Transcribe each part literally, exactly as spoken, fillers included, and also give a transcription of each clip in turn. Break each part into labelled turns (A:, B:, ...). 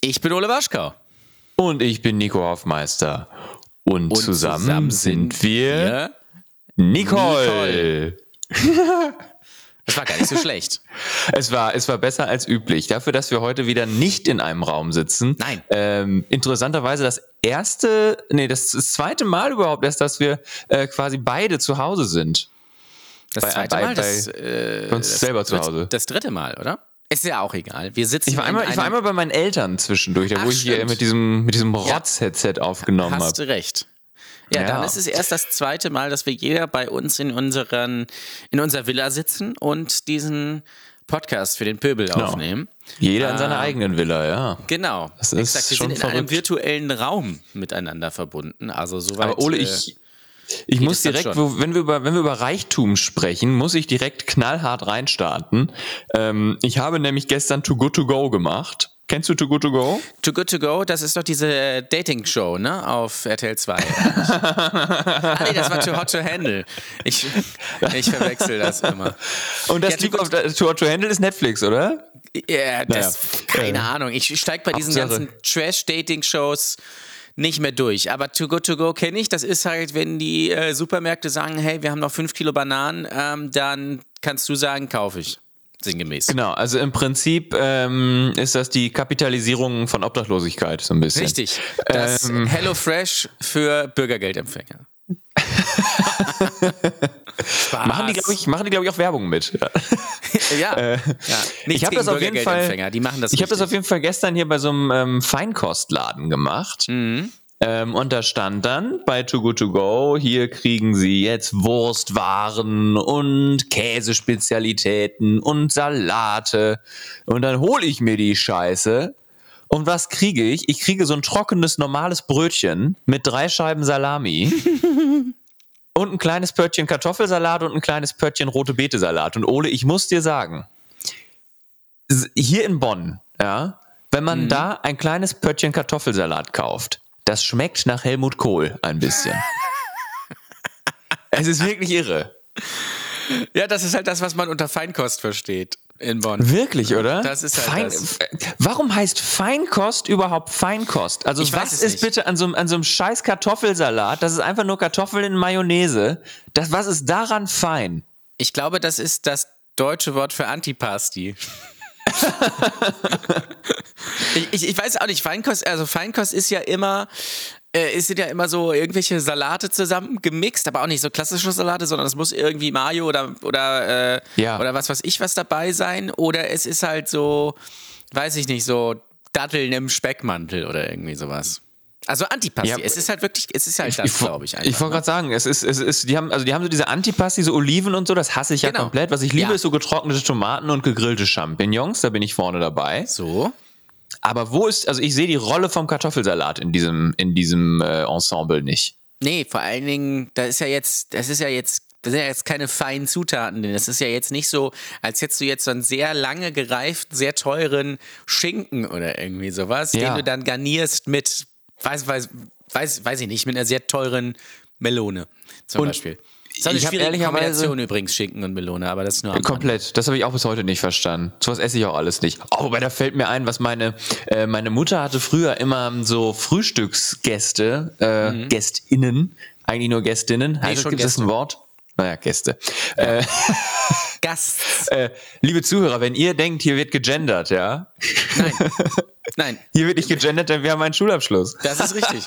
A: Ich bin Ole Waschkau.
B: Und ich bin Nico Hoffmeister. Und, Und zusammen, zusammen sind wir, wir Nicole.
A: Nicole. Das war gar nicht so schlecht.
B: Es war, es war besser als üblich. Dafür, dass wir heute wieder nicht in einem Raum sitzen.
A: Nein.
B: Ähm, interessanterweise das erste, nee, das, das zweite Mal überhaupt erst, dass wir äh, quasi beide zu Hause sind.
A: Das
B: bei,
A: zweite
B: bei,
A: Mal?
B: Bei,
A: das, äh,
B: bei uns
A: das
B: selber zu
A: dritt,
B: Hause.
A: Das dritte Mal, oder? Ist ja auch egal. Wir sitzen
B: ich war einmal,
A: in
B: ich war einmal bei meinen Eltern zwischendurch, da
A: Ach,
B: wo ich hier
A: stimmt.
B: mit diesem, mit diesem Rotz-Headset aufgenommen habe.
A: Hast du recht. Ja,
B: Ja.
A: dann ist es erst das zweite Mal, dass wir jeder bei uns in, unseren, in unserer Villa sitzen und diesen Podcast für den Pöbel
B: Genau.
A: aufnehmen.
B: Jeder in seiner
A: Ähm,
B: eigenen Villa, ja.
A: Genau.
B: Das ist
A: Exakt. Wir
B: schon
A: sind in einem
B: verrückt.
A: virtuellen Raum miteinander verbunden. Also soweit.
B: Aber Ole,
A: äh,
B: ich, ich muss
A: es dann
B: direkt,
A: schon.
B: wo, wenn wir über, wenn wir über Reichtum sprechen, muss ich direkt knallhart reinstarten. Ähm, ich habe nämlich gestern Too Good To Go gemacht. Kennst du Too Good To Go?
A: Too Good To Go, das ist doch diese Dating-Show, ne? Auf R T L zwei. ah, nee, das war Too Hot to Handle. Ich, ich verwechsel das immer.
B: Und das
A: Ja,
B: liegt
A: Too
B: auf der, Too Hot to Handle ist Netflix, oder?
A: Ja, das,
B: Naja.
A: keine
B: Äh,
A: Ahnung. Ich steige bei diesen
B: Hauptsache.
A: ganzen Trash-Dating-Shows nicht mehr durch. Aber Too Good To Go kenne ich. Das ist halt, wenn die äh, Supermärkte sagen, hey, wir haben noch fünf Kilo Bananen, ähm, dann kannst du sagen, kaufe ich. Sinngemäß.
B: Genau, also im Prinzip ähm, ist das die Kapitalisierung von Obdachlosigkeit so ein bisschen.
A: Richtig. Das
B: Ähm.
A: HelloFresh für Bürgergeldempfänger. Spaß.
B: Machen die, glaube ich, machen die, glaube ich, auch Werbung mit.
A: Ja,
B: Äh,
A: ja. Nichts
B: ich habe
A: gegen
B: das auf jeden Fall.
A: Bürgergeldempfänger, die machen das
B: Ich habe das
A: richtig.
B: auf jeden Fall gestern hier bei so einem ähm, Feinkostladen gemacht.
A: Mhm.
B: Ähm, und da stand dann bei Too Good To Go, hier kriegen Sie jetzt Wurstwaren und Käsespezialitäten und Salate. Und dann hole ich mir die Scheiße. Und was kriege ich? Ich kriege so ein trockenes, normales Brötchen mit drei Scheiben Salami und ein kleines Pörtchen Kartoffelsalat und ein kleines Pörtchen rote Beete-Salat. Und Ole, ich muss dir sagen, s- hier in Bonn, ja, wenn man da ein kleines Pörtchen Kartoffelsalat kauft, das schmeckt nach Helmut Kohl ein bisschen. Es ist wirklich irre.
A: Ja, das ist halt das, was man unter Feinkost versteht in Bonn.
B: Wirklich, oder?
A: Das ist halt
B: Fein,
A: das.
B: Warum heißt Feinkost überhaupt Feinkost? Also
A: Ich weiß
B: was
A: es
B: ist
A: nicht.
B: bitte an so, einem- an so einem scheiß Kartoffelsalat, das ist einfach nur Kartoffeln in Mayonnaise, das, was ist daran fein?
A: Ich glaube, das ist das deutsche Wort für Antipasti. ich, ich, ich weiß auch nicht, Feinkost, also Feinkost ist ja immer, äh, es sind ja immer so irgendwelche Salate zusammen gemixt, aber auch nicht so klassische Salate, sondern es muss irgendwie Mayo oder, oder, äh,
B: Ja.
A: oder was weiß ich was dabei sein. Oder es ist halt so, weiß ich nicht, so Datteln im Speckmantel oder irgendwie sowas. Also Antipasti.
B: Ja,
A: es ist halt wirklich, es ist halt das,
B: wo-
A: glaube ich.
B: Ich
A: einfach,
B: wollte
A: ne?
B: gerade sagen, es ist, es ist, die haben, also die haben so diese Antipasti, so Oliven und so, das hasse ich ja
A: Genau.
B: komplett. Was ich liebe,
A: Ja.
B: ist so getrocknete Tomaten und gegrillte Champignons, da bin ich vorne dabei.
A: So.
B: Aber wo ist, also ich sehe die Rolle vom Kartoffelsalat in diesem, in diesem äh, Ensemble nicht.
A: Nee, vor allen Dingen, da ist ja jetzt, das ist ja jetzt, das sind ja jetzt keine feinen Zutaten, denn das ist ja jetzt nicht so, als hättest du jetzt so einen sehr lange gereiften, sehr teuren Schinken oder irgendwie sowas,
B: Ja.
A: den du dann garnierst mit, weiß, weiß, weiß, weiß ich nicht, mit einer sehr teuren Melone zum
B: Und
A: Beispiel. Das ist eine
B: ich hab
A: schwierige
B: ehrlicherweise-
A: Kombination übrigens, Schinken und Melone, aber das ist nur am Rande.
B: Komplett. Das habe ich auch bis heute nicht verstanden. So was esse ich auch alles nicht. Oh, wobei da fällt mir ein, was meine, äh, meine Mutter hatte früher immer so Frühstücksgäste, äh, GästInnen, eigentlich nur Gästinnen. Heißt,
A: schon
B: gibt es
A: Gäste.
B: ein Wort? Naja, Gäste. Äh,
A: Gast.
B: äh, liebe Zuhörer, wenn ihr denkt, hier wird gegendert, ja?
A: Nein. Nein,
B: Hier wird nicht gegendert, denn wir haben einen Schulabschluss.
A: das ist richtig.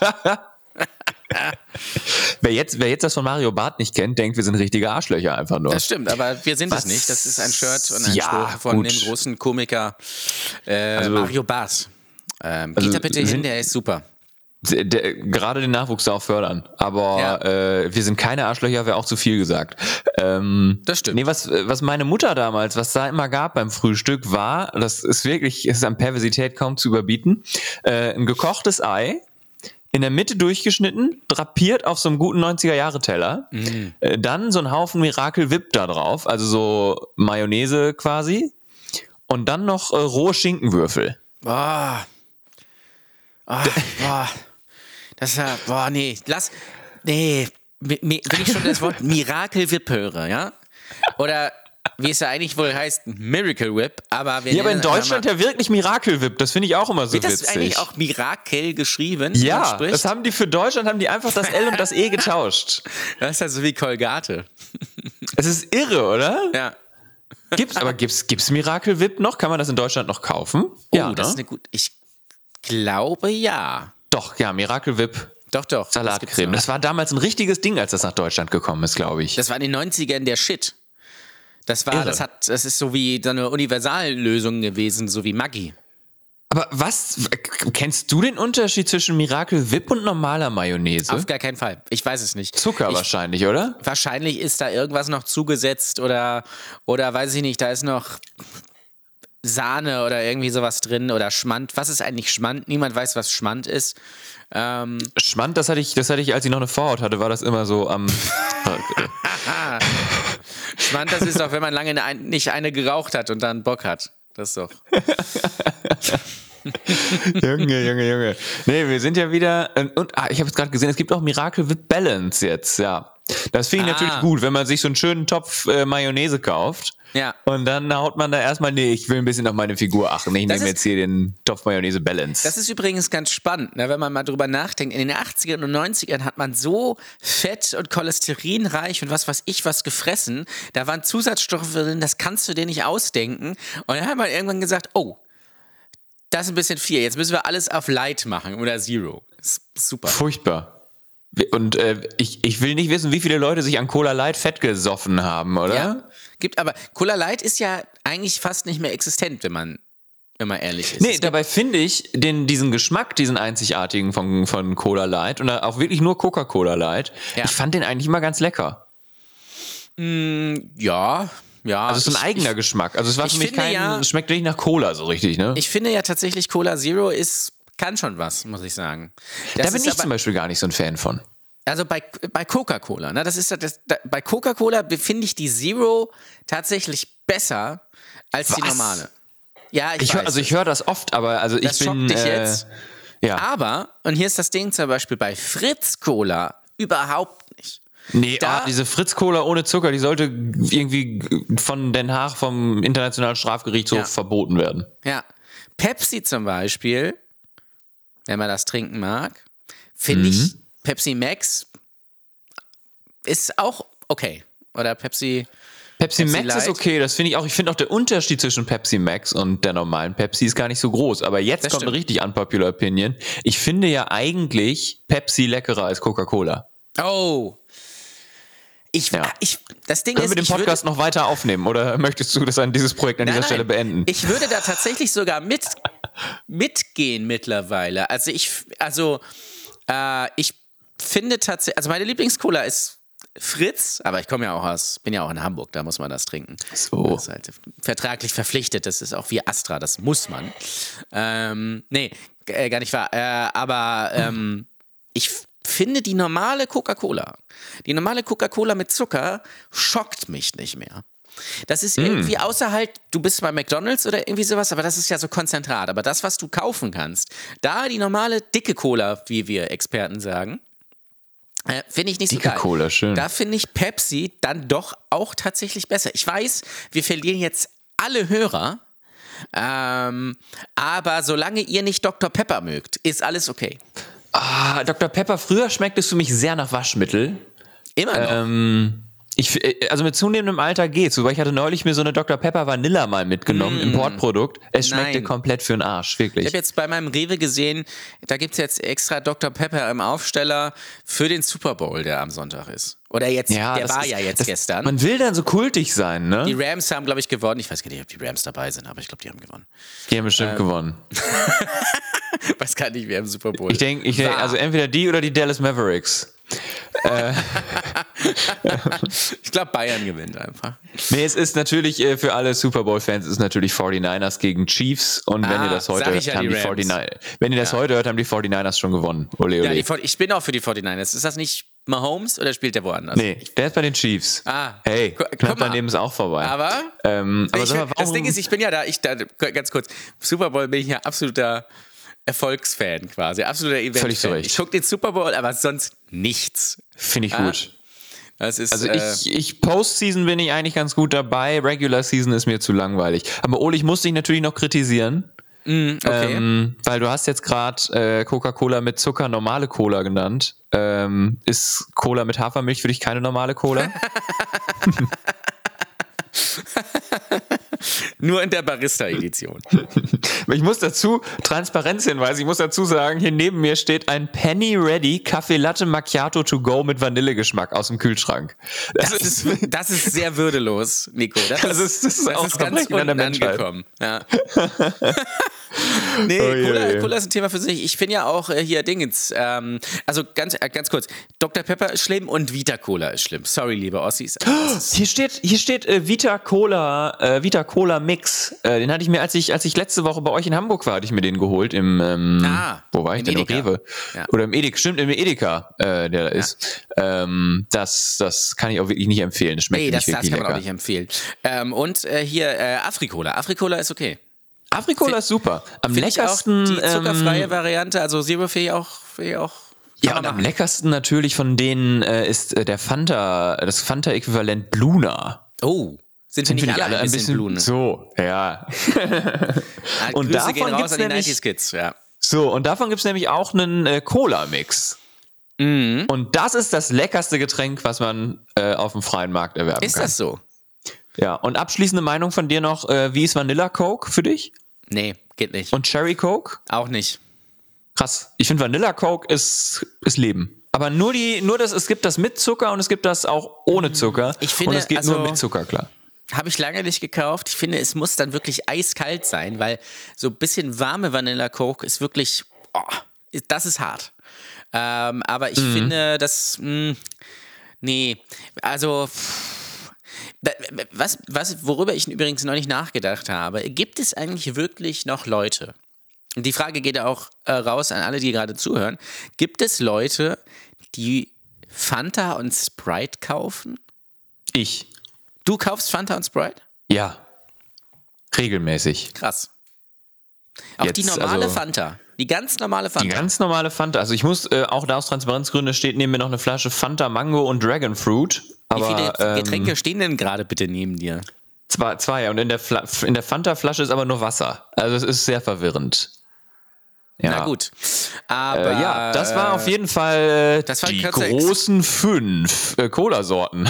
B: Wer jetzt, wer jetzt das von Mario Barth nicht kennt, denkt, wir sind richtige Arschlöcher einfach nur.
A: Das stimmt, aber wir sind
B: Was?
A: es nicht. Das ist ein Shirt und ein
B: Ja,
A: Spruch von
B: gut.
A: dem großen Komiker äh, Mario Barth. Ähm,
B: Also
A: geht da bitte hin,
B: sind-
A: der ist super.
B: Der, der, gerade den Nachwuchs da auch fördern. Aber
A: Ja.
B: äh, wir sind keine Arschlöcher, wäre auch zu viel gesagt. Ähm,
A: Das stimmt.
B: Nee, was, was meine Mutter damals, was da immer gab beim Frühstück, war, das ist wirklich, ist an Perversität kaum zu überbieten, äh, ein gekochtes Ei, in der Mitte durchgeschnitten, drapiert auf so einem guten neunziger-Jahre-Teller, äh, dann so ein Haufen Miracle Whip da drauf, also so Mayonnaise quasi, und dann noch äh, rohe Schinkenwürfel.
A: Boah. Oh, boah. Das ist ja, boah, nee, lass, nee, mi- mi- wenn ich schon das Wort Miracle Whip höre, ja? Oder wie es ja eigentlich wohl heißt, Miracle Whip, aber wir
B: Ja, aber in
A: nennen-
B: Deutschland ja wirklich Miracle Whip. Das finde ich auch immer so
A: wird das
B: witzig.
A: eigentlich auch Mirakel geschrieben? wenn man
B: ja,
A: spricht?
B: das haben die für Deutschland, haben die einfach das L und das E getauscht.
A: Das ist ja so wie Colgate.
B: Es ist irre, oder?
A: Ja.
B: Gibt's, aber gibt's, gibt's Miracle Whip noch? Kann man das in Deutschland noch kaufen?
A: Oh,
B: ja,
A: das
B: ne?
A: ist eine gute. Ich glaube ja.
B: Doch, ja, Miracle Whip.
A: Doch, doch. Das, gibt's
B: Salatcreme.
A: noch.
B: Das war damals ein richtiges Ding, als das nach Deutschland gekommen ist, glaube ich.
A: Das war in den neunzigern der Shit. Das war,
B: Irre.
A: das hat, das ist so wie so eine Universallösung gewesen, so wie Maggi.
B: Aber was, kennst du den Unterschied zwischen Miracle Whip und normaler Mayonnaise?
A: Auf gar keinen Fall. Ich weiß es nicht.
B: Zucker
A: ich,
B: wahrscheinlich, oder?
A: Wahrscheinlich ist da irgendwas noch zugesetzt oder, oder weiß ich nicht, da ist noch Sahne oder irgendwie sowas drin oder Schmand. Was ist eigentlich Schmand? Niemand weiß, was Schmand ist. Ähm,
B: Schmand, das hatte ich, das hatte ich, als ich noch eine Vorhaut hatte, war das immer so am.
A: Schmand, das ist doch, wenn man lange eine, nicht eine geraucht hat und dann Bock hat. Das ist doch.
B: Junge, Junge, Junge. Nee, wir sind ja wieder. Und ah, ich habe es gerade gesehen, es gibt auch Miracle Whip Balance jetzt, ja. Das finde ich
A: Ah.
B: natürlich gut, wenn man sich so einen schönen Topf äh, Mayonnaise kauft.
A: Ja.
B: Und dann haut man da erstmal, nee, ich will ein bisschen auf meine Figur achten. Ich
A: Das
B: nehme
A: ist-
B: jetzt hier den Topf Mayonnaise Balance.
A: Das ist übrigens ganz spannend, ne, wenn man mal drüber nachdenkt. In den achtzigern und neunzigern hat man so fett und cholesterinreich und was weiß ich was gefressen. Da waren Zusatzstoffe drin, das kannst du dir nicht ausdenken. Und dann hat man irgendwann gesagt, oh, das ist ein bisschen viel. Jetzt müssen wir alles auf Light machen oder Zero. Das ist super.
B: Furchtbar. Und äh, ich, ich will nicht wissen, wie viele Leute sich an Cola Light fett gesoffen haben, oder?
A: Ja, gibt aber Cola Light ist ja eigentlich fast nicht mehr existent, wenn man, wenn man ehrlich ist.
B: Nee,
A: Es
B: dabei finde ich den, diesen Geschmack, diesen einzigartigen von, von Cola Light und auch wirklich nur Coca-Cola Light,
A: Ja.
B: ich fand den eigentlich immer ganz lecker.
A: gibt, ja, ja.
B: Also es ist ein
A: ich,
B: eigener
A: ich,
B: Geschmack. Also es war
A: ich
B: für mich
A: finde
B: kein,
A: ja-
B: es schmeckt nicht nach Cola so richtig, ne?
A: Ich finde ja tatsächlich Cola Zero ist, kann schon was, muss ich sagen. Das
B: da bin
A: ist
B: ich
A: aber,
B: zum Beispiel gar nicht so ein Fan von.
A: Also bei, bei Coca-Cola, ne, das ist ja das, da, bei Coca-Cola finde ich die Zero tatsächlich besser als die
B: Was?
A: normale. Ja, ich,
B: Ich
A: weiß.
B: hör, also ich höre das oft, aber also
A: Das
B: ich bin.
A: schockt dich
B: äh,
A: jetzt?
B: Ja.
A: Aber, und hier ist das Ding zum Beispiel bei Fritz Cola überhaupt nicht.
B: Nee,
A: Da-
B: ah, diese Fritz-Cola ohne Zucker, die sollte irgendwie von Den Haag, vom Internationalen Strafgerichtshof
A: Ja.
B: verboten werden.
A: Ja. Pepsi zum Beispiel, wenn man das trinken mag, finde ich, Pepsi Max ist auch okay. Oder Pepsi.
B: Pepsi,
A: Pepsi
B: Max
A: Light.
B: ist okay, das finde ich auch. Ich finde auch der Unterschied zwischen Pepsi Max und der normalen Pepsi ist gar nicht so groß. Aber jetzt
A: Das
B: kommt eine
A: stimmt.
B: richtig unpopular Opinion. Ich finde ja eigentlich Pepsi leckerer als Coca-Cola.
A: Oh. Ich,
B: Ja.
A: ich, das Ding
B: Können
A: ist,
B: wir den
A: ich würde,
B: Podcast noch weiter aufnehmen oder möchtest du das an dieses Projekt an
A: Nein,
B: dieser
A: nein.
B: Stelle beenden?
A: Ich würde da tatsächlich sogar mit, mitgehen mittlerweile. Also ich, also äh, ich finde tatsächlich, also meine Lieblingscola ist Fritz, aber ich komme ja auch aus, bin ja auch in Hamburg, da muss man das trinken.
B: So.
A: Das ist halt vertraglich verpflichtet, das ist auch wie Astra, das muss man. Ähm, nee, g- äh, gar nicht wahr. Äh, aber ähm, ich f- finde die normale Coca-Cola, die normale Coca-Cola mit Zucker schockt mich nicht mehr. Das ist irgendwie außer halt, du bist bei McDonald's oder irgendwie sowas, aber das ist ja so Konzentrat. Aber das, was du kaufen kannst, da die normale dicke Cola, wie wir Experten sagen, äh, finde ich nicht
B: Dicke
A: so geil.
B: Cola, schön.
A: Da finde ich Pepsi dann doch auch tatsächlich besser. Ich weiß, wir verlieren jetzt alle Hörer, ähm, aber solange ihr nicht Doktor Pepper mögt, ist alles okay.
B: Ah, Doktor Pepper, früher schmecktest du mich sehr nach Waschmittel.
A: Immer noch.
B: Ähm, ich, äh, also mit zunehmendem Alter geht's, wobei ich hatte neulich mir so eine Doktor Pepper Vanilla mal mitgenommen, Importprodukt. Es schmeckte
A: Nein.
B: komplett für den Arsch,
A: Ich
B: wirklich.
A: habe jetzt bei meinem Rewe gesehen, da gibt es jetzt extra Doktor Pepper im Aufsteller für den Super Bowl, der am Sonntag ist. Oder jetzt, der
B: das
A: war
B: ist-
A: ja jetzt
B: das,
A: gestern.
B: Man will dann so kultig sein, ne?
A: Die
B: Die,
A: Rams haben, glaube ich, gewonnen. Ich weiß gar nicht, ob die Rams dabei sind, aber ich glaube, die haben gewonnen.
B: haben bestimmt
A: Ähm,
B: gewonnen.
A: Ich weiß gar nicht, wer im Super Bowl
B: Ich denke, ich denk,
A: war.
B: also entweder die oder die Dallas Mavericks.
A: Ich glaube, Bayern gewinnt einfach.
B: Nee, es ist natürlich äh, für alle Super Bowl-Fans ist natürlich forty-niners gegen Chiefs und wenn
A: Ah,
B: ihr das heute
A: sag
B: hört,
A: ich ja,
B: haben
A: die
B: die
A: Rams.
B: forty-niners, wenn ihr das heute hört, haben die forty-niners schon gewonnen. Ole, ole.
A: Ja, die, Fort- ich bin auch für die forty-niners. Ist das nicht Mahomes oder spielt der woanders?
B: Nee, der ist bei den Chiefs.
A: Ah.
B: Hey,
A: Gu-
B: knapp
A: guck mal.
B: daneben ist auch vorbei.
A: Aber,
B: ähm, aber
A: ich,
B: sag mal,
A: das
B: warum,
A: Ding ist, ich bin ja da, ich da, ganz kurz, Super Bowl bin ich ja absoluter Erfolgsfan quasi, absoluter Event-Fan.
B: Völlig zu Recht.
A: Ich gucke den Super Bowl, aber sonst nichts.
B: finde ich
A: Ah.
B: gut.
A: Das ist,
B: Also
A: äh,
B: ich, ich Postseason bin ich eigentlich ganz gut dabei, Regular Season ist mir zu langweilig. Aber Ole, ich muss dich natürlich noch kritisieren,
A: mm, okay.
B: ähm, weil du hast jetzt gerade äh, Coca-Cola mit Zucker normale Cola genannt. Ähm, ist Cola mit Hafermilch für dich keine normale Cola?
A: Nur in der Barista-Edition.
B: Ich muss dazu, Transparenzhinweis, ich muss dazu sagen, hier neben mir steht ein Penny Ready Kaffee Latte Macchiato to go mit Vanillegeschmack aus dem Kühlschrank.
A: Das, das, ist, das ist sehr würdelos, Nico. Das,
B: das ist, das ist,
A: das
B: auch
A: ist ganz
B: unten
A: unten angekommen. Ja. Nee,
B: Oh je,
A: Cola,
B: je.
A: Cola ist ein Thema für sich. Ich finde ja auch äh, hier Dingens, ähm, also ganz, äh, ganz kurz, Doktor Pepper ist schlimm und Vita Cola ist schlimm. Sorry, liebe Ossis.
B: Hier steht, hier steht äh, Vita Cola, äh, Vita Cola Mix. Äh, den hatte ich mir, als ich, als ich letzte Woche bei euch in Hamburg war, hatte ich mir den geholt im, ähm,
A: Ah,
B: wo war ich
A: im
B: denn? Im
A: Edeka.
B: Rewe.
A: Ja.
B: Oder im Edeka, stimmt, im Edeka, äh, der da ist. Ähm, das, das kann ich auch wirklich nicht empfehlen. Das schmeckt
A: Nee, das,
B: nicht
A: das
B: wirklich
A: kann man
B: lecker.
A: auch nicht empfehlen. Ähm, und äh, hier äh, Afrikola. Afrikola ist okay.
B: Afrikola ist super. Am
A: Finde ich auch
B: leckersten,
A: die zuckerfreie
B: ähm,
A: Variante, also Zero finde ich auch, finde ich auch
B: ja,
A: kann
B: und
A: man
B: am
A: machen.
B: leckersten natürlich von denen äh, ist äh, der Fanta, das Fanta-Äquivalent Luna.
A: Oh, sind wir
B: Sind
A: nicht
B: wir
A: alle,
B: nicht alle
A: ein bisschen Blune?
B: so, ja.
A: Ah,
B: und
A: Grüße
B: davon
A: gehen raus
B: gibt's
A: an die
B: nämlich-
A: neunziger Kids, ja.
B: So, und davon gibt es nämlich auch einen äh, Cola-Mix.
A: Mhm.
B: Und das ist das leckerste Getränk, was man äh, auf dem freien Markt erwerben
A: Ist
B: kann.
A: das so?
B: Ja, und abschließende Meinung von dir noch, äh, wie ist Vanilla Coke für dich?
A: Nee, geht nicht.
B: Und Cherry Coke?
A: Auch nicht.
B: Krass. Ich finde Vanilla Coke ist, ist Leben. Aber nur die, nur das, es gibt das mit Zucker und es gibt das auch ohne Zucker.
A: Ich finde,
B: und es geht
A: also-
B: nur mit Zucker, klar.
A: Habe ich lange nicht gekauft. Ich finde, es muss dann wirklich eiskalt sein, weil so ein bisschen warme Vanilla Coke ist wirklich, oh, das ist hart. Ähm, aber ich finde, das, mh, nee, also, pff, da- was, was, worüber ich übrigens noch nicht nachgedacht habe, gibt es eigentlich wirklich noch Leute, und die Frage geht auch äh, raus an alle, die gerade zuhören, gibt es Leute, die Fanta und Sprite kaufen?
B: Ich.
A: Du kaufst Fanta und Sprite?
B: Ja. Regelmäßig.
A: Krass. Auch
B: Jetzt,
A: die normale
B: also-
A: Fanta. Die ganz normale Fanta.
B: Die ganz normale Fanta. Also ich muss, äh, auch da aus Transparenzgründen steht neben mir noch eine Flasche Fanta Mango und Dragon Fruit.
A: Wie
B: Aber,
A: viele
B: ähm,
A: Getränke stehen denn gerade bitte neben dir?
B: Zwei, zwei. Und in der, Fla in der Fanta-Flasche ist aber nur Wasser. Also es ist sehr verwirrend. Ja.
A: Na gut. Aber
B: Äh, ja, das war auf jeden Fall äh,
A: das war
B: die
A: kürzer-
B: großen fünf äh, Cola-Sorten.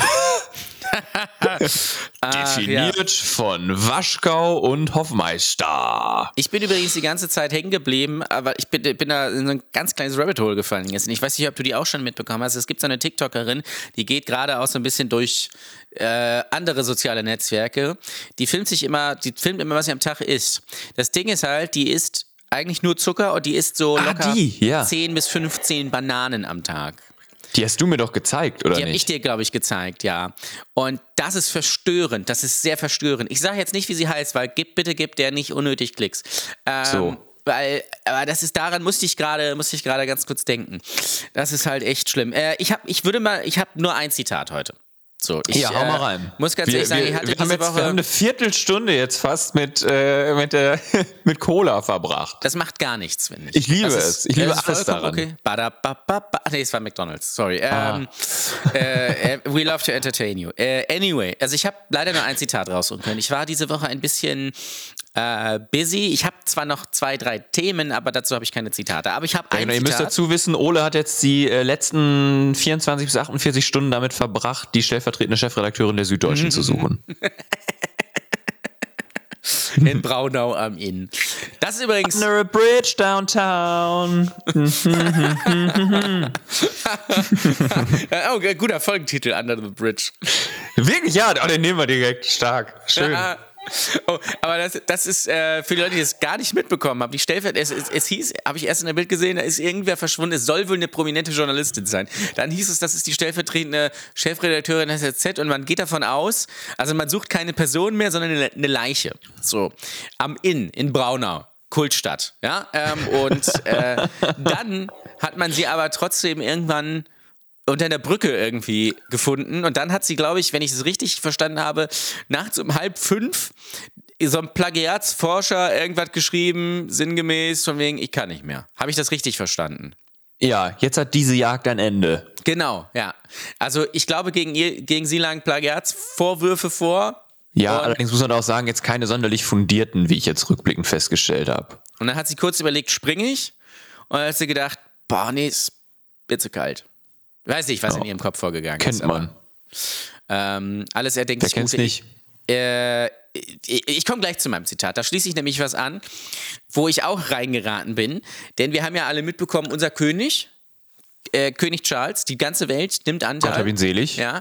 A: Ach,
B: Definiert von Waschkau und Hoffmeister.
A: Ich bin übrigens die ganze Zeit hängen geblieben, aber ich bin, bin da in so ein ganz kleines Rabbit Hole gefallen gestern. Ich weiß nicht, ob du die auch schon mitbekommen hast. Es gibt so eine TikTokerin, die geht gerade auch so ein bisschen durch äh, andere soziale Netzwerke. Die filmt sich immer, die filmt immer, was sie am Tag isst. Das Ding ist halt, die isst eigentlich nur Zucker und die isst so
B: Ah,
A: locker
B: die, ja.
A: zehn bis fünfzehn Bananen am Tag.
B: Die hast du mir doch gezeigt, oder
A: Die habe ich
B: nicht?
A: dir, glaube ich, gezeigt, ja. Und das ist verstörend. Das ist sehr verstörend. Ich sage jetzt nicht, wie sie heißt, weil gib, bitte gib der nicht unnötig Klicks. Ähm,
B: So.
A: Weil, aber das ist daran musste ich gerade, musste ich gerade ganz kurz denken. Das ist halt echt schlimm. Äh, ich habe, ich würde mal, ich habe nur ein Zitat heute. So, ich,
B: Ja, hau mal
A: äh,
B: rein.
A: Muss ganz
B: wir,
A: ehrlich sagen,
B: wir,
A: ich hatte
B: wir haben
A: diese
B: jetzt,
A: Woche.
B: Wir haben eine Viertelstunde jetzt fast mit, äh, mit, der, mit Cola verbracht.
A: Das macht gar nichts, finde ich.
B: Ich liebe
A: das
B: es. Ich liebe
A: das ist
B: alles
A: vollkommen
B: daran.
A: Okay. Badabababa. Nee, es war McDonald's. Sorry.
B: Ah.
A: Ähm, äh, äh, we love to entertain you. Äh, anyway, also ich habe leider nur ein Zitat raussuchen können. Ich war diese Woche ein bisschen äh, busy. Ich habe zwar noch zwei, drei Themen, aber dazu habe ich keine Zitate. Aber ich habe
B: Ja,
A: ein
B: genau, ihr müsst
A: Zitat.
B: dazu wissen, Ole hat jetzt die äh, letzten vierundzwanzig bis achtundvierzig Stunden damit verbracht, die stellvertretende Chefredakteurin der Süddeutschen zu suchen.
A: in Braunau am Inn. Das ist übrigens.
B: Under a bridge downtown.
A: oh, guter Folgentitel, Under the Bridge.
B: Wirklich, ja, oh, den nehmen wir direkt. Stark. Schön.
A: Ah, oh, aber das, das ist äh, für die Leute, die das gar nicht mitbekommen haben. Die Stellvert, es, es, es hieß, habe ich erst in der Bild gesehen, da ist irgendwer verschwunden. Es soll wohl eine prominente Journalistin sein. Dann hieß es, das ist die stellvertretende Chefredakteurin des S Z und man geht davon aus, also man sucht keine Person mehr, sondern eine, eine Leiche. So, am Inn in Braunau. Kultstadt, ja, ähm, und äh, dann hat man sie aber trotzdem irgendwann unter einer Brücke irgendwie gefunden und dann hat sie, glaube ich, wenn ich es richtig verstanden habe, nachts um halb fünf so ein Plagiatsforscher irgendwas geschrieben, sinngemäß von wegen, ich kann nicht mehr. Habe ich das richtig verstanden?
B: Ja, jetzt hat diese Jagd ein Ende.
A: Genau, ja. Also ich glaube, gegen, ihr, gegen sie lagen Plagiatsvorwürfe vor.
B: Ja,
A: und,
B: allerdings muss man auch sagen, jetzt keine sonderlich fundierten, wie ich jetzt rückblickend festgestellt habe.
A: Und dann hat sie kurz überlegt, springe ich? Und dann hat sie gedacht, boah, nee, ist mir zu kalt. Weiß nicht, was oh. in ihrem Kopf vorgegangen
B: Kennt
A: ist.
B: Kennt man.
A: Ähm, alles erdenklich.
B: Wer kennt's nicht?
A: Äh, ich ich komme gleich zu meinem Zitat. Da schließe ich nämlich was an, wo ich auch reingeraten bin. Denn wir haben ja alle mitbekommen, unser König, äh, König Charles, die ganze Welt nimmt Anteil.
B: Gott hab ihn selig.
A: Ja.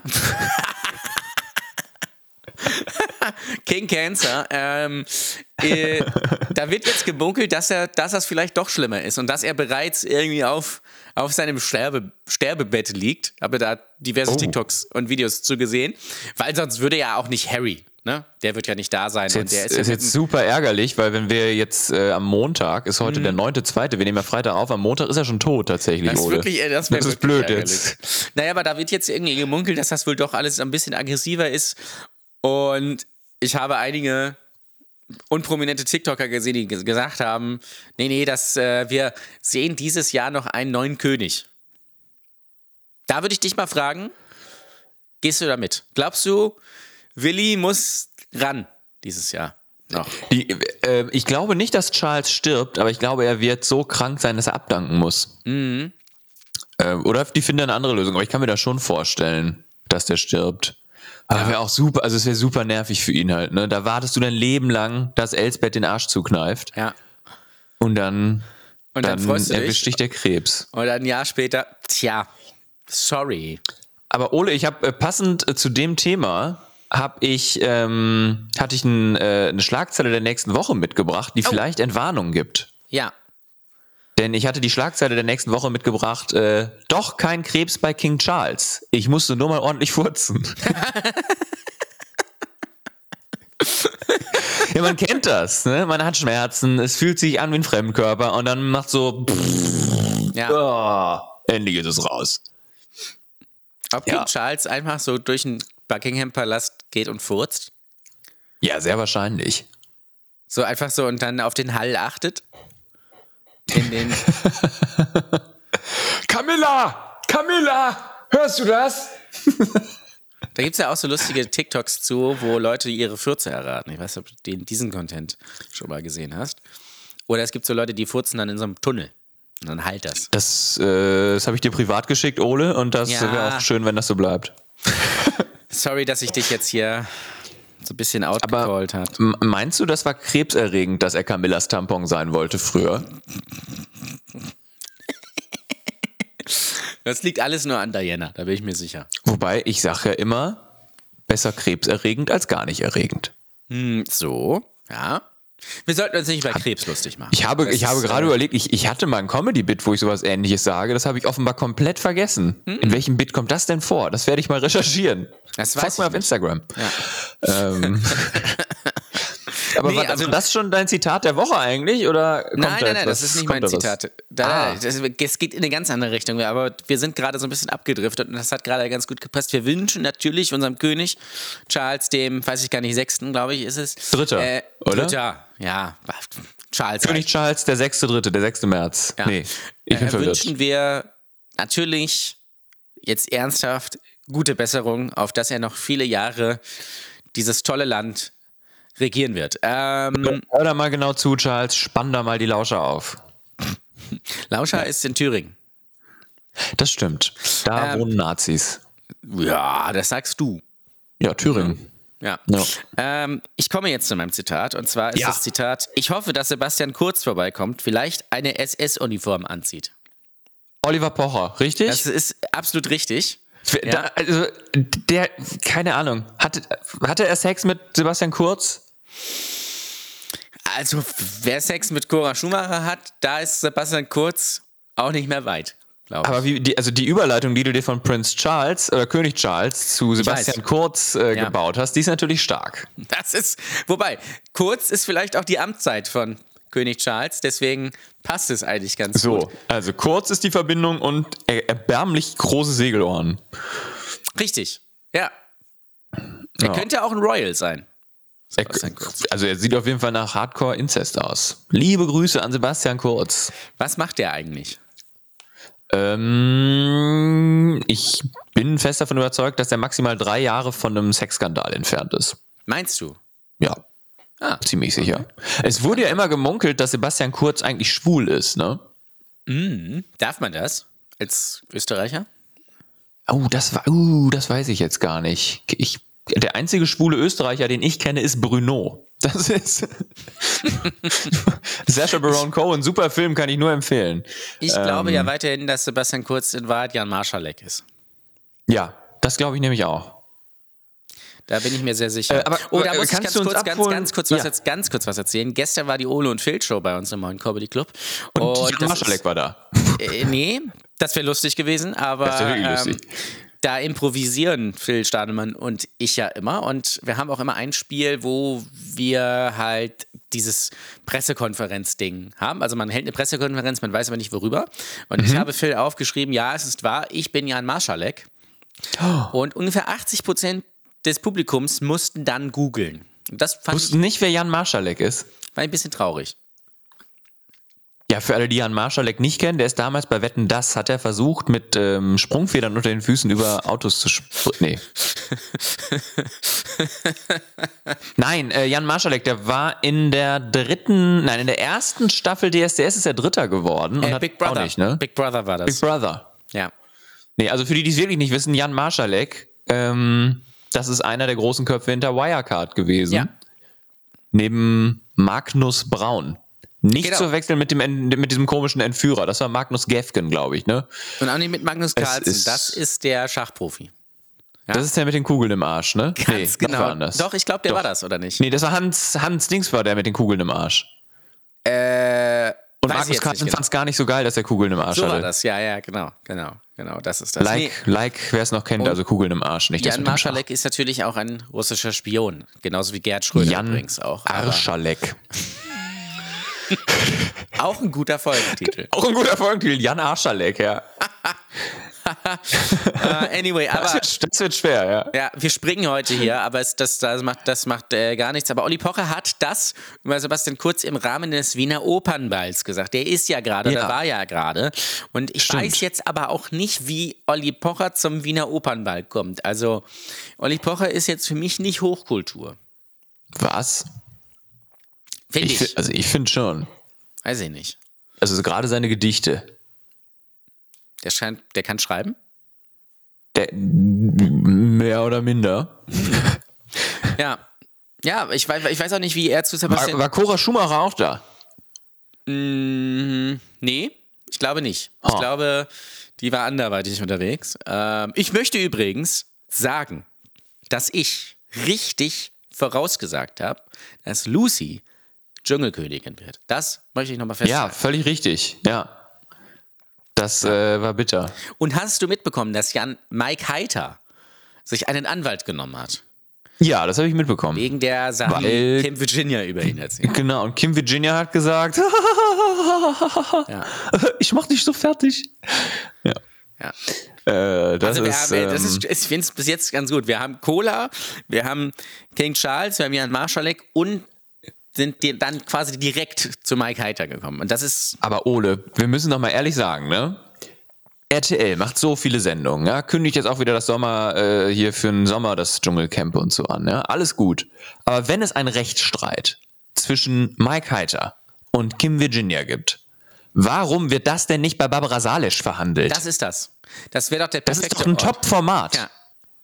A: King Cancer. Ähm, äh, da wird jetzt gebunkelt, dass er, dass das vielleicht doch schlimmer ist und dass er bereits irgendwie auf, auf seinem Sterbe, Sterbebett liegt. Habe da diverse
B: Oh.
A: TikToks und Videos zu gesehen, weil sonst würde ja auch nicht Harry, ne? Der wird ja nicht da sein.
B: Ist
A: und
B: jetzt,
A: der ist,
B: ist
A: ja
B: jetzt super ärgerlich, weil wenn wir jetzt äh, am Montag, ist heute mhm. der neunte zweite, wir nehmen ja Freitag auf, am Montag ist er schon tot tatsächlich,
A: das ist
B: Ole.
A: wirklich, das,
B: das ist blöd ärgerlich.
A: jetzt. Naja, aber da wird jetzt irgendwie gemunkelt, dass das wohl doch alles ein bisschen aggressiver ist. Und ich habe einige unprominente TikToker gesehen, die gesagt haben, nee, nee, das, äh, wir sehen dieses Jahr noch einen neuen König. Da würde ich dich mal fragen, gehst du da mit? Glaubst du, Willi muss ran dieses Jahr noch?
B: Die, äh, ich glaube nicht, dass Charles stirbt, aber ich glaube, er wird so krank sein, dass er abdanken muss.
A: Mhm.
B: Äh, oder die finden eine andere Lösung, aber ich kann mir das schon vorstellen, dass der stirbt. Aber ja. wäre auch super, also es wäre super nervig für ihn halt, ne? Da wartest du dein Leben lang, dass Elsbeth den Arsch zukneift.
A: Ja.
B: Und dann,
A: und dann, dann freust du
B: erwischt dich der Krebs.
A: Und ein Jahr später, tja, sorry.
B: Aber Ole, ich habe äh, passend äh, zu dem Thema, habe ich, ähm, hatte ich ein, äh, eine Schlagzeile der nächsten Woche mitgebracht, die oh. vielleicht Entwarnung gibt.
A: Ja.
B: Denn ich hatte die Schlagzeile der nächsten Woche mitgebracht, äh, doch kein Krebs bei King Charles. Ich musste nur mal ordentlich furzen. Ja, man kennt das, ne? Man hat Schmerzen, es fühlt sich an wie ein Fremdkörper und dann macht so
A: ja.
B: Oh, endlich ist es raus.
A: Ob ja. King Charles einfach so durch den Buckingham-Palast geht und furzt?
B: Ja, sehr wahrscheinlich.
A: So einfach so und dann auf den Hall achtet? In den
B: Camilla! Camilla! Hörst du das?
A: Da gibt es ja auch so lustige TikToks zu, wo Leute ihre Fürze erraten. Ich weiß nicht, ob du diesen Content schon mal gesehen hast. Oder es gibt so Leute, die furzen dann in so einem Tunnel. Und dann halt das.
B: Das, äh, das habe ich dir privat geschickt, Ole, und das ja. wäre auch schön, wenn das so bleibt.
A: Sorry, dass ich dich jetzt hier so ein bisschen outgecallt habe.
B: Meinst du, das war krebserregend, dass er Camillas Tampon sein wollte früher?
A: Das liegt alles nur an Diana, da bin ich mir sicher.
B: Wobei, ich sage ja immer, besser krebserregend als gar nicht erregend.
A: Hm, so, ja. Wir sollten uns nicht bei Krebs lustig machen.
B: Ich habe, ich habe gerade äh, überlegt, ich, ich hatte mal ein Comedy-Bit, wo ich sowas Ähnliches sage. Das habe ich offenbar komplett vergessen. Hm. In welchem Bit kommt das denn vor? Das werde ich mal recherchieren.
A: Das weiß
B: Folgt mal auf
A: nicht.
B: Instagram.
A: Ja.
B: Ähm. Aber nee, war also das schon dein Zitat der Woche eigentlich? Oder kommt
A: nein,
B: da
A: nein, nein,
B: was,
A: das ist nicht mein
B: da
A: Zitat. Da,
B: ah.
A: das, es geht in eine ganz andere Richtung, aber wir sind gerade so ein bisschen abgedriftet und das hat gerade ganz gut gepasst. Wir wünschen natürlich unserem König Charles, dem, weiß ich gar nicht, sechsten, glaube ich, ist es.
B: Dritter,
A: äh,
B: oder?
A: Dritter, ja. Charles.
B: König
A: halt.
B: Charles, der sechste, dritte, der sechste März.
A: Ja.
B: Nee, ich bin
A: äh,
B: verwirrt.
A: Wünschen wir natürlich jetzt ernsthaft gute Besserung, auf dass er noch viele Jahre dieses tolle Land regieren wird. Ähm,
B: Hör da mal genau zu, Charles. Spann da mal die Lauscher auf.
A: Lauscher ja. ist in Thüringen.
B: Das stimmt. Da ähm, wohnen Nazis.
A: Ja, das sagst du.
B: Ja, Thüringen.
A: Ja.
B: ja.
A: Ähm, ich komme jetzt zu meinem Zitat. Und zwar ist ja. das Zitat: Ich hoffe, dass Sebastian Kurz vorbeikommt, vielleicht eine S S-Uniform anzieht.
B: Oliver Pocher, richtig?
A: Das ist absolut richtig.
B: Da, ja. Also, der, keine Ahnung. Hatte, hatte er Sex mit Sebastian Kurz?
A: Also, wer Sex mit Cora Schumacher hat, da ist Sebastian Kurz auch nicht mehr weit, glaube ich.
B: Aber wie, die, also die Überleitung, die du dir von Prince Charles oder König Charles zu Sebastian Kurz äh, ja. gebaut hast, die ist natürlich stark.
A: Das ist, wobei, Kurz ist vielleicht auch die Amtszeit von König Charles, deswegen passt es eigentlich ganz
B: so,
A: gut.
B: So, also Kurz ist die Verbindung und er, erbärmlich große Segelohren.
A: Richtig, ja. Er ja. könnte auch ein Royal sein.
B: Er, also er sieht auf jeden Fall nach Hardcore-Inzest aus. Liebe Grüße an Sebastian Kurz.
A: Was macht der eigentlich?
B: Ähm, ich bin fest davon überzeugt, dass er maximal drei Jahre von einem Sexskandal entfernt ist.
A: Meinst du?
B: Ja,
A: Ah.
B: ziemlich sicher. Es wurde ja immer gemunkelt, dass Sebastian Kurz eigentlich schwul ist, ne?
A: Mhm. Darf man das als Österreicher?
B: Oh, das war, uh, das weiß ich jetzt gar nicht. Ich, der einzige schwule Österreicher, den ich kenne, ist Bruno. Das ist Sacha Baron Cohen, super Film, kann ich nur empfehlen.
A: Ich
B: ähm,
A: glaube ja weiterhin, dass Sebastian Kurz in Wahrheit Jan Marschalek ist.
B: Ja, das glaube ich nämlich auch.
A: Da bin ich mir sehr sicher.
B: Äh, aber,
A: oh, da
B: äh,
A: muss ich ganz
B: kannst du uns
A: kurz, ganz,
B: abholen?
A: ganz kurz was
B: Ja.
A: jetzt, ganz kurz was erzählen. Gestern war die Ole und Phil Show bei uns im neuen Comedy Club.
B: Und,
A: Und
B: Jan
A: das
B: Marschalek
A: ist,
B: war da.
A: äh, nee, das wäre lustig gewesen, aber
B: Das wär wirklich
A: ähm,
B: lustig.
A: da improvisieren Phil Stademann und ich ja immer. Und wir haben auch immer ein Spiel, wo wir halt dieses Pressekonferenz-Ding haben. Also man hält eine Pressekonferenz, man weiß aber nicht worüber. Und
B: Mhm.
A: ich habe Phil aufgeschrieben, ja, es ist wahr, ich bin Jan Marschalek.
B: Oh.
A: Und ungefähr achtzig Prozent des Publikums mussten dann googeln. Und das fand
B: Wussten nicht, wer Jan Marschalek ist?
A: ich war ein bisschen traurig.
B: Ja, für alle, die Jan Marschalek nicht kennen, der ist damals bei Wetten, das hat er versucht, mit ähm, Sprungfedern unter den Füßen über Autos zu springen. Nee. Nein, äh, Jan Marschalek, der war in der dritten, nein, in der ersten Staffel D S D S ist er Dritter geworden. Und
A: Äh,
B: hat
A: Big Brother.
B: Auch nicht, ne?
A: Big Brother war das.
B: Big Brother.
A: Ja.
B: Nee, also für die, die es wirklich nicht wissen, Jan Marschalek, ähm, das ist einer der großen Köpfe hinter Wirecard gewesen.
A: Ja.
B: Neben Magnus Braun. Nicht
A: Genau.
B: zu verwechseln mit, dem, mit diesem komischen Entführer. Das war Magnus Gefgen, glaube ich, ne?
A: Und auch nicht mit Magnus
B: Es
A: Carlsen.
B: ist-
A: Das ist der Schachprofi. Ja.
B: Das ist der mit den Kugeln im Arsch, ne?
A: Ganz
B: nee,
A: genau.
B: Das war anders.
A: Doch, ich glaube, der
B: Doch.
A: war das, oder nicht?
B: Nee, das war Hans, Hans Dings war der mit den Kugeln im Arsch.
A: Äh,
B: Und
A: weiß ich
B: Magnus
A: jetzt
B: Carlsen
A: nicht
B: fand es gar nicht so geil, dass er Kugeln im Arsch
A: genau. So war
B: hatte.
A: das, ja, ja, genau, genau, genau, das ist das.
B: Like,
A: Nee,
B: like wer es noch kennt,
A: Und
B: also Kugeln im Arsch, nicht das
A: Jan
B: mit dem Schach.
A: Marschalek ist natürlich auch ein russischer Spion, genauso wie Gerd Schröder
B: Jan
A: übrigens auch. aber
B: Arschalek.
A: Auch ein guter Folgentitel.
B: Auch ein guter Folgentitel, Jan Arschalek, ja.
A: äh, anyway,
B: Das
A: aber
B: wird, das wird schwer, ja.
A: ja, wir springen heute hier, aber es, das, das macht, das macht äh, gar nichts. Aber Olli Pocher hat das über Sebastian Kurz im Rahmen des Wiener Opernballs gesagt. Der ist ja gerade,
B: Ja.
A: der war ja gerade. Und ich
B: Stimmt.
A: weiß jetzt aber auch nicht, wie Olli Pocher zum Wiener Opernball kommt. Also Olli Pocher ist jetzt für mich nicht Hochkultur.
B: Was?
A: Finde
B: Ich,
A: ich.
B: fi- also ich finde schon.
A: Weiß ich nicht.
B: Also gerade seine Gedichte.
A: Der scheint, der kann schreiben?
B: Der, mehr oder minder.
A: Ja. Ja, ich weiß, ich weiß auch nicht, wie er zu
B: War,
A: Sebastian.
B: war Cora Schumacher auch da?
A: Mm, nee, ich glaube nicht. Ich
B: Oh.
A: glaube, die war anderweitig unterwegs. Ähm, ich möchte übrigens sagen, dass ich richtig vorausgesagt habe, dass Lucy Dschungelkönigin wird. Das möchte ich nochmal
B: Ja,
A: festhalten.
B: völlig richtig. Ja. Das äh, war bitter.
A: Und hast du mitbekommen, dass Jan Mike Heiter sich einen Anwalt genommen hat?
B: Ja, das habe ich mitbekommen.
A: Wegen der Sachen,
B: Weil-
A: die Kim Virginia über ihn erzählt.
B: Genau, und Kim Virginia hat gesagt,
A: Ja.
B: ich mach dich so fertig. Ja.
A: Ja.
B: Äh, das,
A: Also wir
B: ist,
A: haben, das
B: ähm,
A: ist, ich finde es bis jetzt ganz gut. Wir haben Cola, wir haben King Charles, wir haben Jan Marschalek und sind die dann quasi direkt zu Mike Heiter gekommen. Und das ist,
B: aber Ole, wir müssen doch mal ehrlich sagen, ne? R T L macht so viele Sendungen, ja, kündigt jetzt auch wieder das Sommer, äh, hier für den Sommer das Dschungelcamp und so an, ja, alles gut. Aber wenn es einen Rechtsstreit zwischen Mike Heiter und Kim Virginia gibt, warum wird das denn nicht bei Barbara Salisch verhandelt?
A: das ist das. Das wäre doch der
B: Das
A: perfekte
B: ist doch ein
A: Ort.
B: Top-Format.
A: Ja.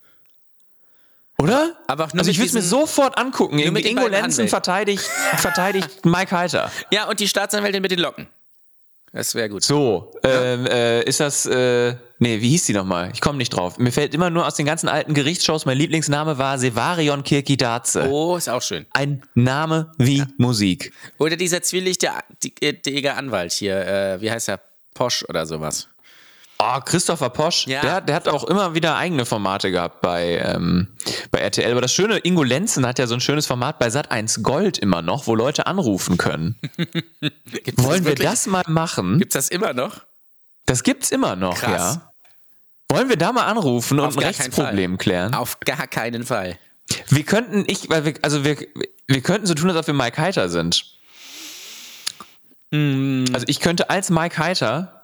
B: Oder?
A: Aber auch nur
B: also ich
A: mit
B: würde es mir
A: diesen-
B: sofort angucken.
A: mit
B: Irgendwie
A: den
B: Ingo
A: beiden
B: Lenzen
A: Anwälten.
B: verteidigt, verteidigt Mike Heiter.
A: Ja, und die Staatsanwältin mit den Locken. Das wäre gut.
B: So, ähm, äh, ist das, äh, nee, wie hieß die nochmal? Ich komme nicht drauf. Mir fällt immer nur aus den ganzen alten Gerichtsshows, mein Lieblingsname war Sevarion Kirkidaze.
A: Oh, ist auch schön.
B: Ein Name wie Musik.
A: Oder dieser zwielichtige Anwalt hier, äh, wie heißt er? Posch oder sowas.
B: Oh, Christopher Posch,
A: Ja.
B: der, der hat auch immer wieder eigene Formate gehabt bei, ähm, bei R T L. Aber das Schöne, Ingo Lenzen hat ja so ein schönes Format bei Sat eins Gold immer noch, wo Leute anrufen können.
A: Gibt's
B: Wollen wir
A: wirklich?
B: das mal machen?
A: Gibt's das immer noch?
B: Das gibt's immer noch,
A: Krass.
B: ja. Wollen wir da mal anrufen und
A: Auf
B: ein
A: gar keinen
B: Rechtsproblem klären?
A: Auf gar keinen Fall.
B: Wir könnten, ich, weil wir, also wir, wir könnten so tun, als ob wir Mike Heiter sind.
A: Mm.
B: Also ich könnte als Mike Heiter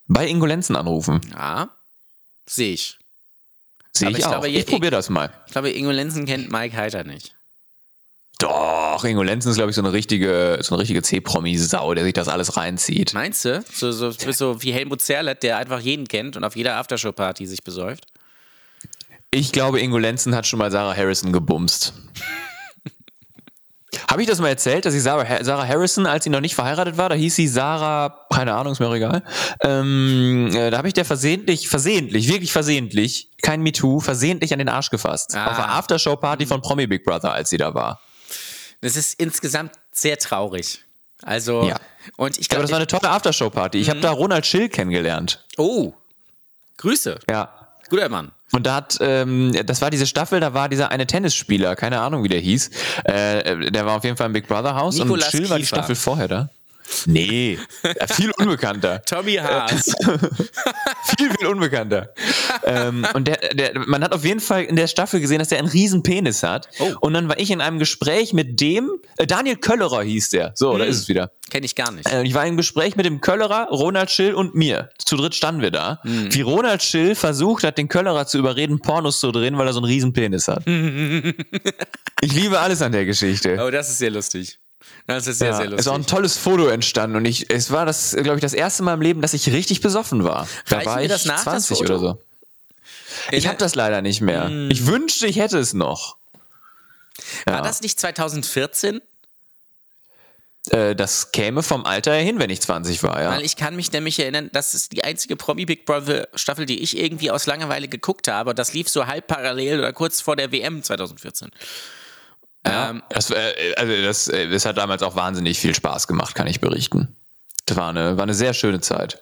B: Bei Ingo Lenzen anrufen.
A: Ja, sehe ich.
B: Sehe
A: Aber
B: ich
A: ich
B: auch.
A: glaube,
B: ich
A: je-
B: probiere das mal.
A: Ich glaube, Ingo Lenzen kennt Mike Heiter nicht.
B: Doch, Ingo Lenzen ist, glaube ich, so eine richtige, so eine richtige C-Promi-Sau, der sich das alles reinzieht.
A: Meinst du? So, so, du bist so wie Helmut Zerlett, der einfach jeden kennt und auf jeder Aftershow-Party sich besäuft.
B: Ich glaube, Ingo Lenzen hat schon mal Sarah Harrison gebumst. Habe ich das mal erzählt, dass ich Sarah, Sarah Harrison, als sie noch nicht verheiratet war, da hieß sie Sarah, keine Ahnung, ist mir auch egal. Ähm, äh, da habe ich der versehentlich, versehentlich, wirklich versehentlich, kein MeToo, versehentlich an den Arsch gefasst.
A: Ah.
B: Auf der Aftershow-Party von Promi Big Brother, als sie da war.
A: Das ist insgesamt sehr traurig. Also,
B: Ja.
A: und ich
B: Aber
A: glaube,
B: das war eine tolle Aftershow-Party. Ich habe da Ronald Schill kennengelernt.
A: oh, Grüße,
B: Ja.
A: guter Mann.
B: Und da hat, ähm, das war diese Staffel, da war dieser eine Tennisspieler, keine Ahnung, wie der hieß. Äh, der war auf jeden Fall im Big Brother Haus
A: Nicolas
B: und Chill war die
A: Kiefer.
B: Staffel vorher da. Nee, ja, viel unbekannter.
A: Tommy Haas.
B: viel, viel unbekannter. ähm, und der, der, man hat auf jeden Fall in der Staffel gesehen, dass der einen riesen Penis hat.
A: Oh.
B: Und dann war ich in einem Gespräch mit dem, äh, Daniel Köllerer hieß der. So, da ist es wieder.
A: Kenne ich gar nicht.
B: Äh, ich war im Gespräch mit dem Köllerer, Ronald Schill und mir. Zu dritt standen wir da. Wie Ronald Schill versucht hat, den Köllerer zu überreden, Pornos zu drehen, weil er so einen riesen Penis hat. Ich liebe alles an der Geschichte.
A: Oh, das ist sehr lustig. Das ist sehr,
B: Ja,
A: sehr
B: es
A: lustig.
B: ist auch ein tolles Foto entstanden und ich, es war das, glaube ich, das erste Mal im Leben, dass ich richtig besoffen war. Da
A: Reichen
B: war
A: wir
B: ich
A: das nach, das
B: zwanzig
A: Foto?
B: oder so. Ich habe das leider nicht mehr. Ich wünschte, ich hätte es noch.
A: War das nicht zwanzig vierzehn?
B: Äh, das käme vom Alter her hin, wenn ich zwanzig war, ja.
A: Weil ich kann mich nämlich erinnern, das ist die einzige Promi Big Brother Staffel, die ich irgendwie aus Langeweile geguckt habe. Das lief so halb parallel oder kurz vor der W M zwanzig vierzehn.
B: Ja,
A: Ähm,
B: das, äh, also das, äh, das hat damals auch wahnsinnig viel Spaß gemacht, kann ich berichten. Das war eine, war eine sehr schöne Zeit.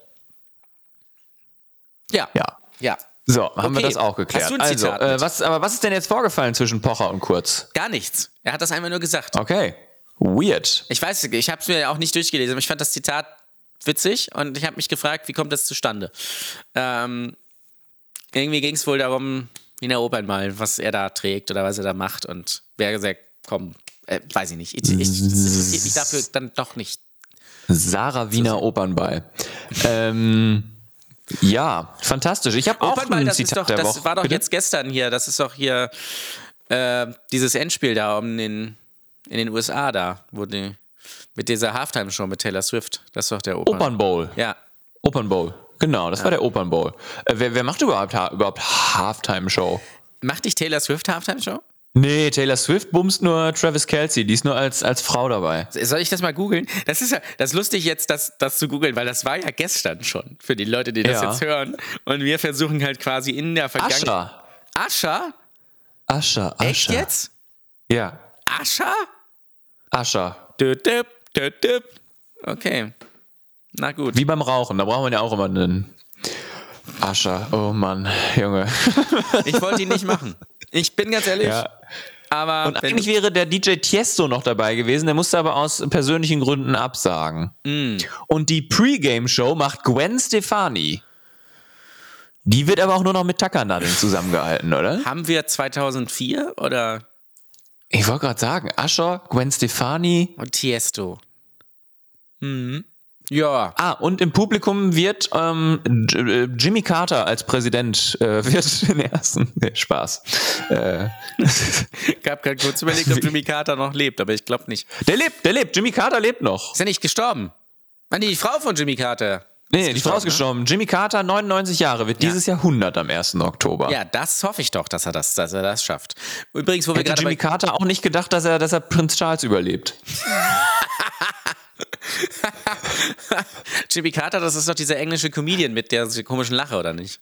A: ja.
B: Ja.
A: Ja.
B: So, haben
A: Okay.
B: wir das auch geklärt.
A: Hast du ein
B: Also,
A: Zitat
B: äh,
A: mit?
B: was, aber was ist denn jetzt vorgefallen zwischen Pocher und Kurz?
A: Gar nichts. Er hat das einmal nur gesagt.
B: Okay. Weird.
A: Ich weiß, ich habe es mir auch nicht durchgelesen, aber ich fand das Zitat witzig und ich habe mich gefragt, wie kommt das zustande? Ähm, irgendwie ging es wohl darum, wie in der Opernball, was er da trägt oder was er da macht und wer gesagt, komm, äh, weiß ich nicht. Ich, ich, das interessiert mich dafür dann doch nicht.
B: Sarah Wiener Opernball. ähm, ja, fantastisch. Ich habe auch
A: Opernball,
B: ein
A: das, ist
B: Zitat
A: doch,
B: der
A: das
B: Woche.
A: war doch
B: Bitte?
A: jetzt gestern hier, das ist doch hier äh, dieses Endspiel da um den, in den U S A da, wo die, mit dieser Halftime-Show mit Taylor Swift, das ist doch der Opern.
B: Opern Bowl.
A: Ja.
B: Opern Bowl. Genau, das war der Opern Bowl. Äh, wer, wer macht überhaupt, ha überhaupt Halftime-Show?
A: Macht dich Taylor Swift Halftime-Show?
B: Nee, Taylor Swift bumst nur Travis Kelce. Die ist nur als, als Frau dabei.
A: Soll ich das mal googeln? Das ist ja das ist lustig jetzt, das, das zu googeln, weil das war ja gestern schon für die Leute, die das
B: Ja.
A: jetzt hören. Und wir versuchen halt quasi in der Vergangenheit.
B: Ascha.
A: Ascha?
B: Ascha, Ascha.
A: Echt jetzt?
B: Ja,
A: Ascha?
B: Ascha.
A: Düt, düt, düt, düt. Okay. Na gut.
B: Wie beim Rauchen, da braucht man ja auch immer einen Ascha. Oh Mann, Junge.
A: Ich wollte ihn nicht machen. Ich bin ganz ehrlich.
B: Ja.
A: Aber
B: Und
A: wenn,
B: eigentlich wäre der D J Tiesto noch dabei gewesen, der musste aber aus persönlichen Gründen absagen.
A: Mm.
B: Und die Pre-Game-Show macht Gwen Stefani. Die wird aber auch nur noch mit Tackernadeln zusammengehalten, oder?
A: haben wir zweitausendvier oder
B: Ich wollte gerade sagen, Ascher, Gwen Stefani.
A: und Tiesto? Mhm. Ja.
B: Ah, und im Publikum wird ähm, J- äh, Jimmy Carter als Präsident äh, wird den ersten. Nee, Spaß. Äh,
A: Ich habe gerade kurz überlegt, ob Jimmy Carter noch lebt, aber ich glaube nicht.
B: der lebt, der lebt. Jimmy Carter lebt noch.
A: Ist er nicht gestorben? Ah, nee, die Frau von Jimmy Carter.
B: Nee, die Frau ist
A: gestorben, ne?
B: gestorben. Jimmy Carter, neunundneunzig Jahre, wird
A: Ja.
B: dieses Jahr hundert am ersten Oktober.
A: Ja, das hoffe ich doch, dass er das, dass er das schafft. Übrigens, wo wir
B: Hätte
A: gerade
B: Jimmy
A: bei,
B: Carter auch nicht gedacht, dass er, dass er Prinz Charles überlebt.
A: Jimmy Carter, das ist doch dieser englische Comedian mit der komischen Lache, oder nicht?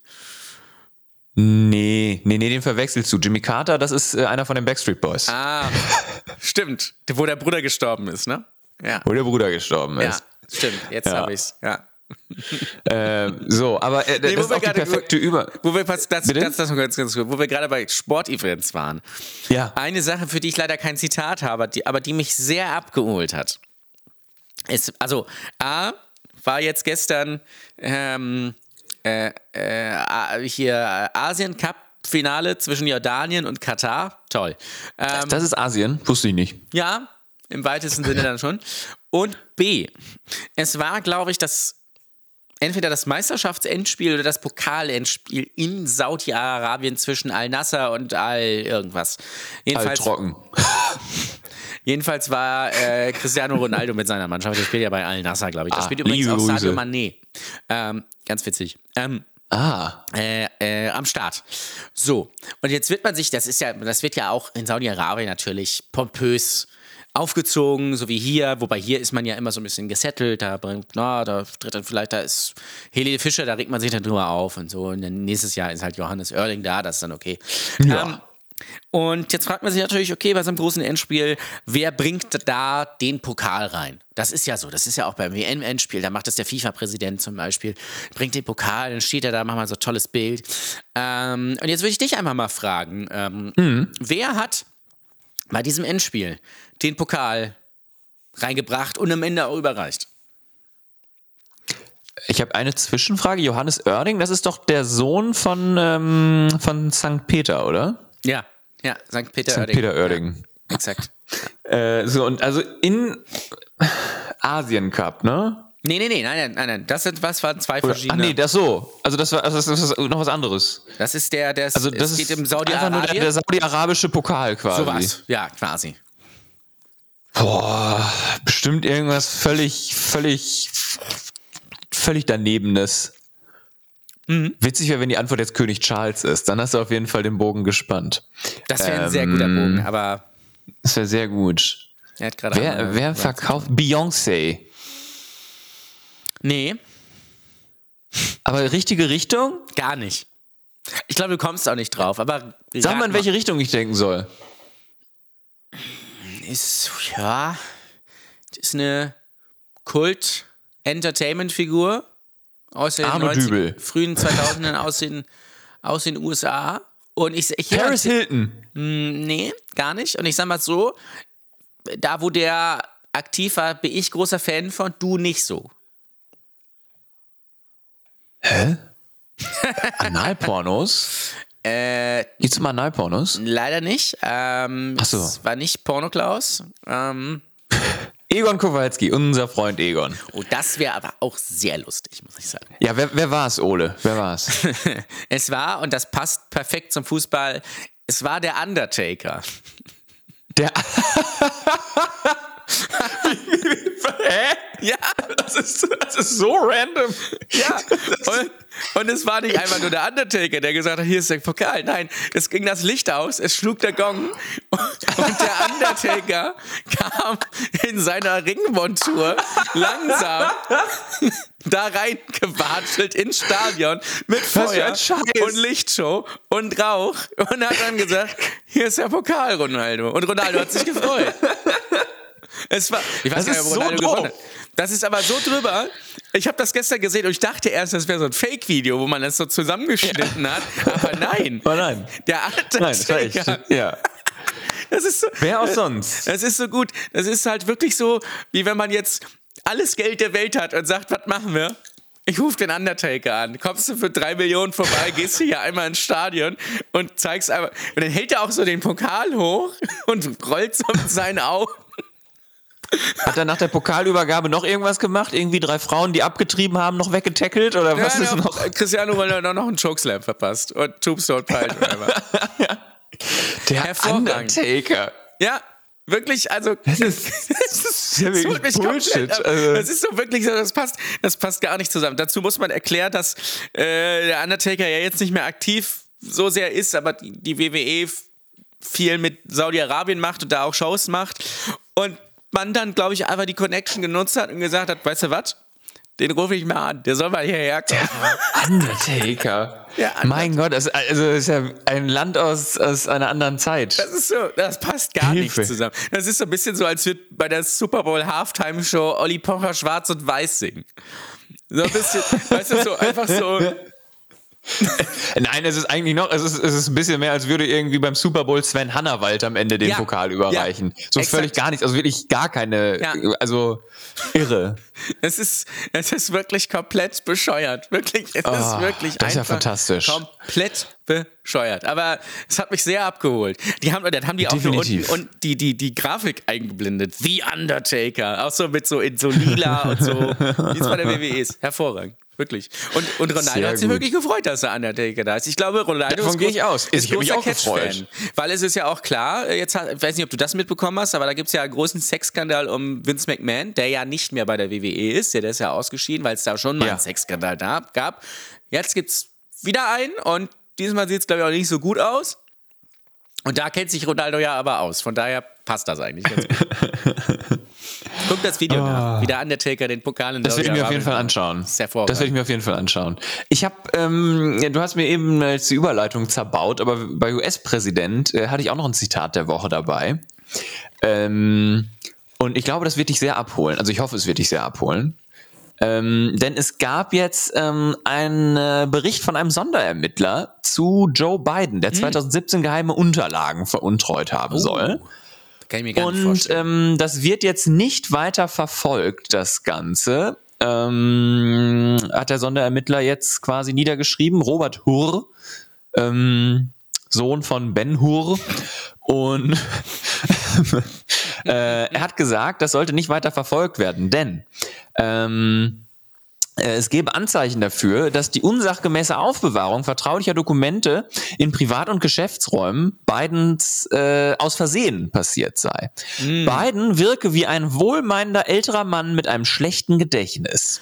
B: Nee, nee, nee, den verwechselst du. Jimmy Carter, das ist äh, einer von den Backstreet Boys,
A: Ah, stimmt. Wo der Bruder gestorben ist, ne? Ja.
B: wo der Bruder gestorben
A: Ja,
B: ist.
A: stimmt. Jetzt
B: Ja.
A: habe ich's. Ja.
B: Ähm, so, aber äh,
A: Nee,
B: das
A: wo
B: ist
A: wir
B: auch die
A: gerade-
B: perfekte Über...
A: Wo wir das, das,
B: Bitte?
A: das, das noch ganz, ganz gut, wo wir gerade bei Sportevents waren.
B: Ja.
A: Eine Sache, für die ich leider kein Zitat habe, die, aber die mich sehr abgeholt hat. Ist, also, A, war jetzt gestern ähm, äh, äh, A- hier Asien Cup Finale zwischen Jordanien und Katar. Toll. Ähm,
B: Das ist Asien, wusste ich nicht.
A: ja, im weitesten Sinne dann schon. Und B, es war, glaube ich, das entweder das Meisterschaftsendspiel oder das Pokalendspiel in Saudi-Arabien zwischen Al-Nassr und Al irgendwas. Jedenfalls,
B: Al trocken.
A: jedenfalls war äh, Cristiano Ronaldo mit seiner Mannschaft, der spielt ja bei Al-Nassr, glaube ich. Da
B: Ah,
A: spielt übrigens
B: liebe
A: auch Sadio
B: Grüße.
A: Mané. Ähm, ganz witzig. Ähm,
B: Ah.
A: Äh, äh, am Start. So, und jetzt wird man sich, das ist ja, das wird ja auch in Saudi-Arabien natürlich pompös aufgezogen, so wie hier, wobei hier ist man ja immer so ein bisschen gesettelt, da bringt, na, da tritt dann vielleicht, da ist Helene Fischer, da regt man sich dann drüber auf und so, und dann nächstes Jahr ist halt Johannes Oerling da, das ist dann okay.
B: Ja.
A: Ähm, und jetzt fragt man sich natürlich, okay, bei so einem großen Endspiel, wer bringt da den Pokal rein? Das ist ja so, das ist ja auch beim W M-Endspiel, da macht das der FIFA-Präsident zum Beispiel, bringt den Pokal, dann steht er da, macht mal so ein tolles Bild. Ähm, und jetzt würde ich dich einmal mal fragen, ähm, mhm. wer hat bei diesem Endspiel den Pokal reingebracht und am Ende auch überreicht?
B: Ich habe eine Zwischenfrage. Johannes Oerling, das ist doch der Sohn von, ähm, von Sankt Peter, oder?
A: Ja, ja, Sankt Peter
B: Sankt
A: Oerding.
B: Peter Oerding.
A: Ja, exakt.
B: Äh, so, und also in Asien Cup, ne?
A: Nee, nee, nee, nein, nein, nein, nein. Das sind was waren zwei
B: Oder,
A: verschiedene.
B: ach nee, das so. Also das war, also das ist noch was anderes.
A: Das ist der, der
B: Also das
A: es geht
B: ist
A: im
B: einfach nur der,
A: Saudi-Arabien.
B: der saudi-arabische Pokal quasi.
A: Sowas, ja, quasi.
B: Boah, bestimmt irgendwas völlig, völlig, völlig Danebenes. Mhm. Witzig wäre, wenn die Antwort jetzt König Charles ist. Dann hast du auf jeden Fall den Bogen gespannt.
A: Das wäre ein
B: Ähm,
A: sehr guter Bogen, aber
B: Das wäre sehr gut.
A: er hat gerade
B: Wer,
A: andere-
B: wer verkauft? Beyoncé.
A: Nee,
B: Aber richtige Richtung?
A: gar nicht. Ich glaube, du kommst auch nicht drauf, aber
B: Sag mal, in welche Richtung ich denken soll.
A: ist, ja, ist eine Kult-Entertainment-Figur aus den
B: Arno
A: neunzig
B: Dübel.
A: frühen zweitausendern aus den, aus den U S A. Und ich, ich
B: Paris Hilton.
A: Nee, gar nicht. Und ich sag mal so, da wo der aktiv war, bin ich großer Fan von, du nicht so.
B: Analpornos?
A: Äh,
B: Gibt's um Analpornos?
A: leider nicht. Ähm,
B: Ach so.
A: Es war nicht Pornoklaus. Ähm,
B: Egon Kowalski, unser Freund Egon.
A: oh, das wäre aber auch sehr lustig, muss ich sagen.
B: Ja, wer, wer war's, Ole? Wer war's?
A: Es war, und das passt perfekt zum Fußball, es war der Undertaker.
B: Der. Hä?
A: Ja,
B: Das ist, das ist so random.
A: ja. Und, und es war nicht einfach nur der Undertaker, der gesagt hat, hier ist der Pokal. Nein, es ging das Licht aus, es schlug der Gong und der Undertaker kam in seiner Ringmontur langsam da reingewatschelt ins Stadion mit
B: für
A: Feuer
B: ein Scheiß.
A: und Lichtshow und Rauch und hat dann gesagt, hier ist der Pokal, Ronaldo. Und Ronaldo hat sich gefreut. Es war, ich weiß
B: Das
A: nicht, ob
B: ist so
A: Ronaldo
B: doof.
A: gewonnen hat. Das ist aber so drüber. Ich habe das gestern gesehen und ich dachte erst, das wäre so ein Fake-Video, wo man das so zusammengeschnitten hat. Aber nein.
B: Oh nein.
A: Der
B: Nein, das war echt.
A: Undertaker.
B: Ja.
A: Das ist so,
B: Wer auch sonst?
A: das ist so gut. Das ist halt wirklich so, wie wenn man jetzt alles Geld der Welt hat und sagt, was machen wir? Ich rufe den Undertaker an. Kommst du für drei Millionen vorbei, gehst du hier einmal ins Stadion und zeigst einfach. Und dann hält er auch so den Pokal hoch und rollt so mit seinen Augen.
B: Hat er nach der Pokalübergabe noch irgendwas gemacht? Irgendwie drei Frauen, die abgetrieben haben, noch weggetackelt? Oder was
A: Ja,
B: ist
A: noch,
B: noch?
A: Cristiano Ronaldo noch einen Chokeslam verpasst und Tombstone Pile Driver.
B: Der
A: hervorragend.
B: Undertaker.
A: Ja, wirklich, also
B: Das ist,
A: das ist,
B: ja
A: das
B: wirklich
A: holt mich
B: Bullshit.
A: komplett ab.
B: Also-
A: Das ist so wirklich so, das passt, das passt gar nicht zusammen. Dazu muss man erklären, dass äh, der Undertaker ja jetzt nicht mehr aktiv so sehr ist, aber die, die W W E f- viel mit Saudi-Arabien macht und da auch Shows macht. Und man dann, glaube ich, einfach die Connection genutzt hat und gesagt hat, weißt du was? Den rufe ich mal an, der soll mal hierher kommen.
B: Undertaker.
A: Ja,
B: Mein Gott, das, also das ist ja ein Land aus, aus einer anderen Zeit.
A: Das ist so, das passt gar
B: Hilfe.
A: nicht zusammen. Das ist so ein bisschen so, als würde bei der Super Bowl Halftime Show Olli Pocher Schwarz und Weiß singen. So ein bisschen, weißt du, so einfach so.
B: Nein, es ist eigentlich noch, es ist, es ist ein bisschen mehr, als würde irgendwie beim Super Bowl Sven Hannawald am Ende den
A: Ja,
B: Pokal überreichen.
A: ja,
B: So
A: exakt.
B: völlig gar nichts, also wirklich gar keine,
A: Ja.
B: also irre.
A: Es ist, es ist wirklich komplett bescheuert. Wirklich, es
B: Oh,
A: ist wirklich
B: das ist ja
A: einfach
B: fantastisch.
A: komplett bescheuert. Aber es hat mich sehr abgeholt. Die haben, dann haben die auch nur unten
B: Definitiv.
A: und die, die, die Grafik eingeblendet. The Undertaker. Auch so mit so in so lila und so, wie es bei der W W E ist. Hervorragend. Wirklich. Und, und Ronaldo
B: Sehr
A: hat sich
B: gut.
A: wirklich gefreut, dass der Undertaker da ist. Ich glaube, Ronaldo
B: Davon
A: ist,
B: gehe
A: groß-
B: ich aus.
A: ist
B: Ich hab mich
A: großer
B: auch gefreut.
A: Catch-Fan. Weil es ist ja auch klar, jetzt, hat- ich weiß nicht, ob du das mitbekommen hast, aber da gibt es ja einen großen Sexskandal um Vince McMahon, der ja nicht mehr bei der W W E ist. Der, der ist ja ausgeschieden, weil es da schon mal
B: Ja.
A: einen Sexskandal da gab. Jetzt gibt es wieder einen und diesmal sieht es, glaube ich, auch nicht so gut aus. Und da kennt sich Ronaldo ja aber aus. Von daher passt das eigentlich ganz gut. Guck das Video nach, wie der Undertaker den Pokal in
B: Das werde ich mir auf jeden
A: Saudi-Arabien-
B: Fall anschauen.
A: Das ist hervorragend.
B: Das werde ich mir auf jeden Fall anschauen. Ich habe, ähm, ja, du hast mir eben jetzt die Überleitung zerbaut, aber bei U S-Präsident äh, hatte ich auch noch ein Zitat der Woche dabei. Ähm, und ich glaube, das wird dich sehr abholen. Also ich hoffe, es wird dich sehr abholen. Ähm, denn es gab jetzt ähm, einen äh, Bericht von einem Sonderermittler zu Joe Biden, der zwanzig siebzehn geheime Unterlagen veruntreut haben soll.
A: Kann ich mir gar nicht
B: Und
A: vorstellen.
B: ähm, das wird jetzt nicht weiter verfolgt, das Ganze. Ähm, hat der Sonderermittler jetzt quasi niedergeschrieben. Robert Hur, ähm, Sohn von Ben Hur. Und äh, er hat gesagt, das sollte nicht weiter verfolgt werden, denn ähm, äh, es gäbe Anzeichen dafür, dass die unsachgemäße Aufbewahrung vertraulicher Dokumente in Privat- und Geschäftsräumen Bidens äh, aus Versehen passiert sei. Biden wirke wie ein wohlmeinender älterer Mann mit einem schlechten Gedächtnis.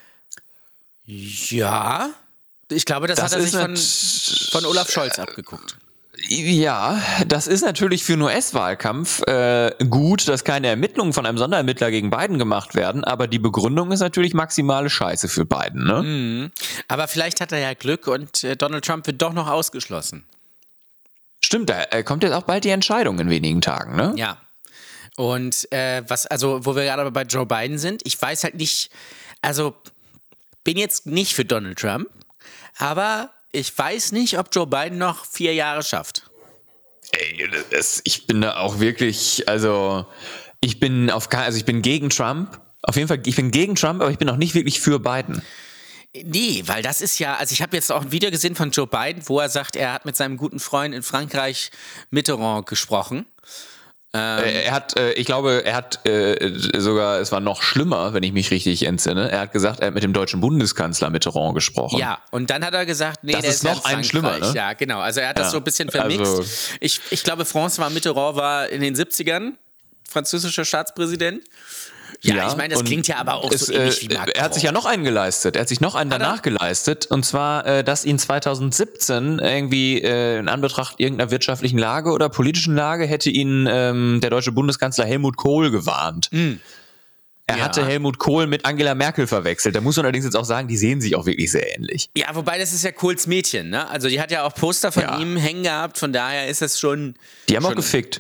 A: Ja, ich glaube, das,
B: Das
A: hat er
B: ist
A: sich von,
B: nat-
A: von Olaf Scholz abgeguckt.
B: Ja, das ist natürlich für einen U S-Wahlkampf äh, gut, dass keine Ermittlungen von einem Sonderermittler gegen Biden gemacht werden, aber die Begründung ist natürlich maximale Scheiße für Biden, ne?
A: Aber vielleicht hat er ja Glück und äh, Donald Trump wird doch noch ausgeschlossen.
B: Stimmt, da äh, kommt jetzt auch bald die Entscheidung in wenigen Tagen, ne?
A: Ja. Und äh, was, also, wo wir gerade bei Joe Biden sind, ich weiß halt nicht, also bin jetzt nicht für Donald Trump, aber ich weiß nicht, ob Joe Biden noch vier Jahre schafft.
B: Ey, das, ich bin da auch wirklich, also ich bin auf kein, also ich bin gegen Trump. Auf jeden Fall, ich bin gegen Trump, aber ich bin auch nicht wirklich für Biden.
A: Nee, weil das ist ja, also ich habe jetzt auch ein Video gesehen von Joe Biden, wo er sagt, er hat mit seinem guten Freund in Frankreich Mitterrand gesprochen.
B: Äh, er hat, äh, ich glaube, er hat äh, sogar, es war noch schlimmer, wenn ich mich richtig entsinne. Er hat gesagt, er hat mit dem deutschen Bundeskanzler Mitterrand gesprochen.
A: Ja, und dann hat er gesagt, nee,
B: Das
A: der
B: ist
A: ist ja
B: noch
A: in
B: ein schlimmer,
A: Frankreich.
B: ne?
A: Ja, genau. Also er hat das
B: Ja,
A: so ein bisschen vermixt.
B: also-
A: ich, ich glaube, François Mitterrand war in den siebzigern französischer Staatspräsident. Ja, ich meine, das
B: und
A: klingt ja aber auch
B: es,
A: so ähnlich
B: äh,
A: wie Macron.
B: Er hat sich ja noch einen geleistet. Er hat sich noch einen
A: Hat er?
B: danach geleistet. Und zwar, äh, dass ihn zwanzig siebzehn irgendwie äh, in Anbetracht irgendeiner wirtschaftlichen Lage oder politischen Lage hätte ihn ähm, der deutsche Bundeskanzler Helmut Kohl gewarnt. Er
A: Ja.
B: hatte Helmut Kohl mit Angela Merkel verwechselt. Da muss man allerdings jetzt auch sagen, die sehen sich auch wirklich sehr ähnlich.
A: Ja, wobei das ist ja Kohls Mädchen, ne? Also die hat ja auch Poster von
B: Ja.
A: ihm hängen gehabt, von daher ist das schon...
B: Die haben
A: schon
B: auch gefickt.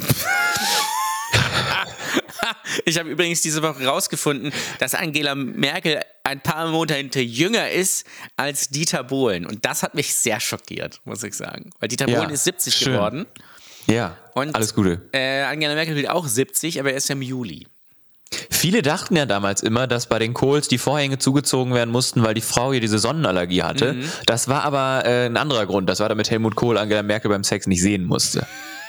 A: Ich habe übrigens diese Woche rausgefunden, dass Angela Merkel ein paar Monate jünger ist als Dieter Bohlen. Und das hat mich sehr schockiert, muss ich sagen. Weil Dieter
B: Ja,
A: Bohlen ist siebzig
B: schön.
A: geworden.
B: Ja,
A: Und
B: alles Gute.
A: Äh, Angela Merkel wird auch siebzig, aber erst im Juli.
B: Viele dachten ja damals immer, dass bei den Kohls die Vorhänge zugezogen werden mussten, weil die Frau hier diese Sonnenallergie hatte.
A: Mhm.
B: Das war aber äh, ein anderer Grund. Das war, damit Helmut Kohl Angela Merkel beim Sex nicht sehen musste.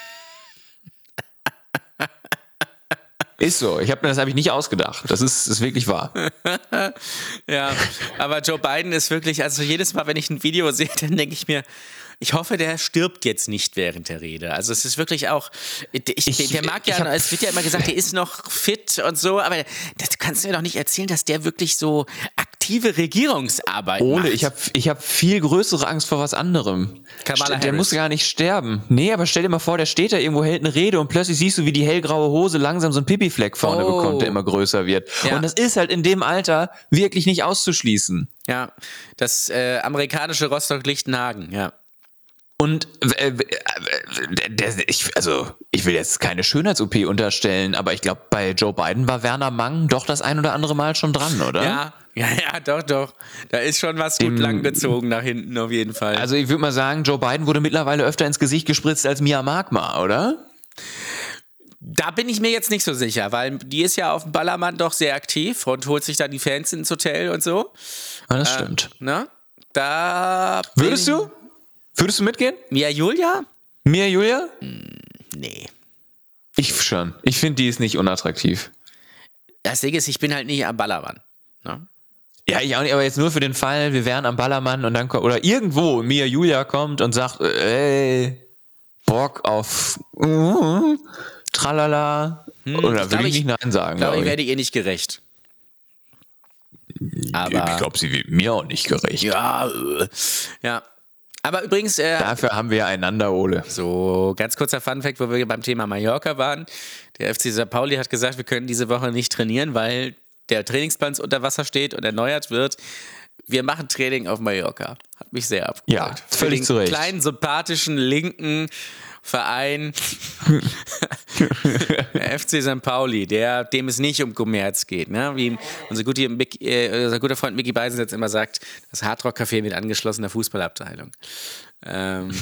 B: Ist so. Ich habe mir das habe ich nicht ausgedacht. Das ist, ist wirklich wahr.
A: Ja, aber Joe Biden ist wirklich, also jedes Mal, wenn ich ein Video sehe, dann denke ich mir, ich hoffe, der stirbt jetzt nicht während der Rede. Also es ist wirklich auch, ich,
B: Ich-
A: der mag ja,
B: ich hab-
A: es wird ja immer gesagt, der ist noch fit und so, aber das kannst du mir doch nicht erzählen, dass der wirklich so aktive Regierungsarbeit
B: Ole,
A: macht.
B: ich habe ich hab viel größere Angst vor was anderem.
A: Kamala
B: der
A: Harris.
B: muss gar nicht sterben. Nee, aber stell dir mal vor, der steht da irgendwo, hält eine Rede und plötzlich siehst du, wie die hellgraue Hose langsam so einen Pipifleck vorne
A: Oh.
B: bekommt, der immer größer wird.
A: Ja.
B: Und das ist halt in dem Alter wirklich nicht auszuschließen.
A: Ja, das äh, amerikanische Rostock-Lichtenhagen, ja.
B: Und äh, äh, der, der, ich, also ich will jetzt keine Schönheits-O P unterstellen, aber ich glaube, bei Joe Biden war Werner Mang doch das ein oder andere Mal schon dran, oder?
A: Ja, ja, ja, doch, doch. Da ist schon was
B: Dem-
A: gut langgezogen nach hinten auf jeden Fall.
B: Also ich würde mal sagen, Joe Biden wurde mittlerweile öfter ins Gesicht gespritzt als Mia Magma, oder?
A: Da bin ich mir jetzt nicht so sicher, weil die ist ja auf dem Ballermann doch sehr aktiv und holt sich dann die Fans ins Hotel und so.
B: Ja, das äh, stimmt.
A: Ne? Da
B: Würdest du? Würdest du mitgehen?
A: Mia Julia?
B: Mia Julia?
A: Hm, nee.
B: Ich schon. Ich finde, die ist nicht unattraktiv.
A: Das Ding ist, ich bin halt nicht am Ballermann. Ne?
B: Ja, ich auch nicht, aber jetzt nur für den Fall, wir wären am Ballermann und dann kommt, oder irgendwo Mia Julia kommt und sagt, ey, Bock auf uh, Tralala. Hm, oder will ich, ich nicht Nein sagen?
A: Glaub, ich glaube, ich werde ihr nicht gerecht. Aber
B: ich glaube, sie wird mir auch nicht gerecht.
A: Ja, äh, ja. Aber übrigens... Äh,
B: Dafür haben wir einander, Ole.
A: So, ganz kurzer Funfact, wo wir beim Thema Mallorca waren. Der F C Sankt Pauli hat gesagt, wir können diese Woche nicht trainieren, weil der Trainingsplan unter Wasser steht und erneuert wird. Wir machen Training auf Mallorca. Hat mich sehr abgeholt.
B: Ja, völlig zu Recht.
A: Kleinen, sympathischen, linken Verein der F C Sankt Pauli, der, dem es nicht um Kommerz geht. Ne? Wie unser, guter, äh, unser guter Freund Micky Beisenherz immer sagt, das Hardrock-Café mit angeschlossener Fußballabteilung. Ähm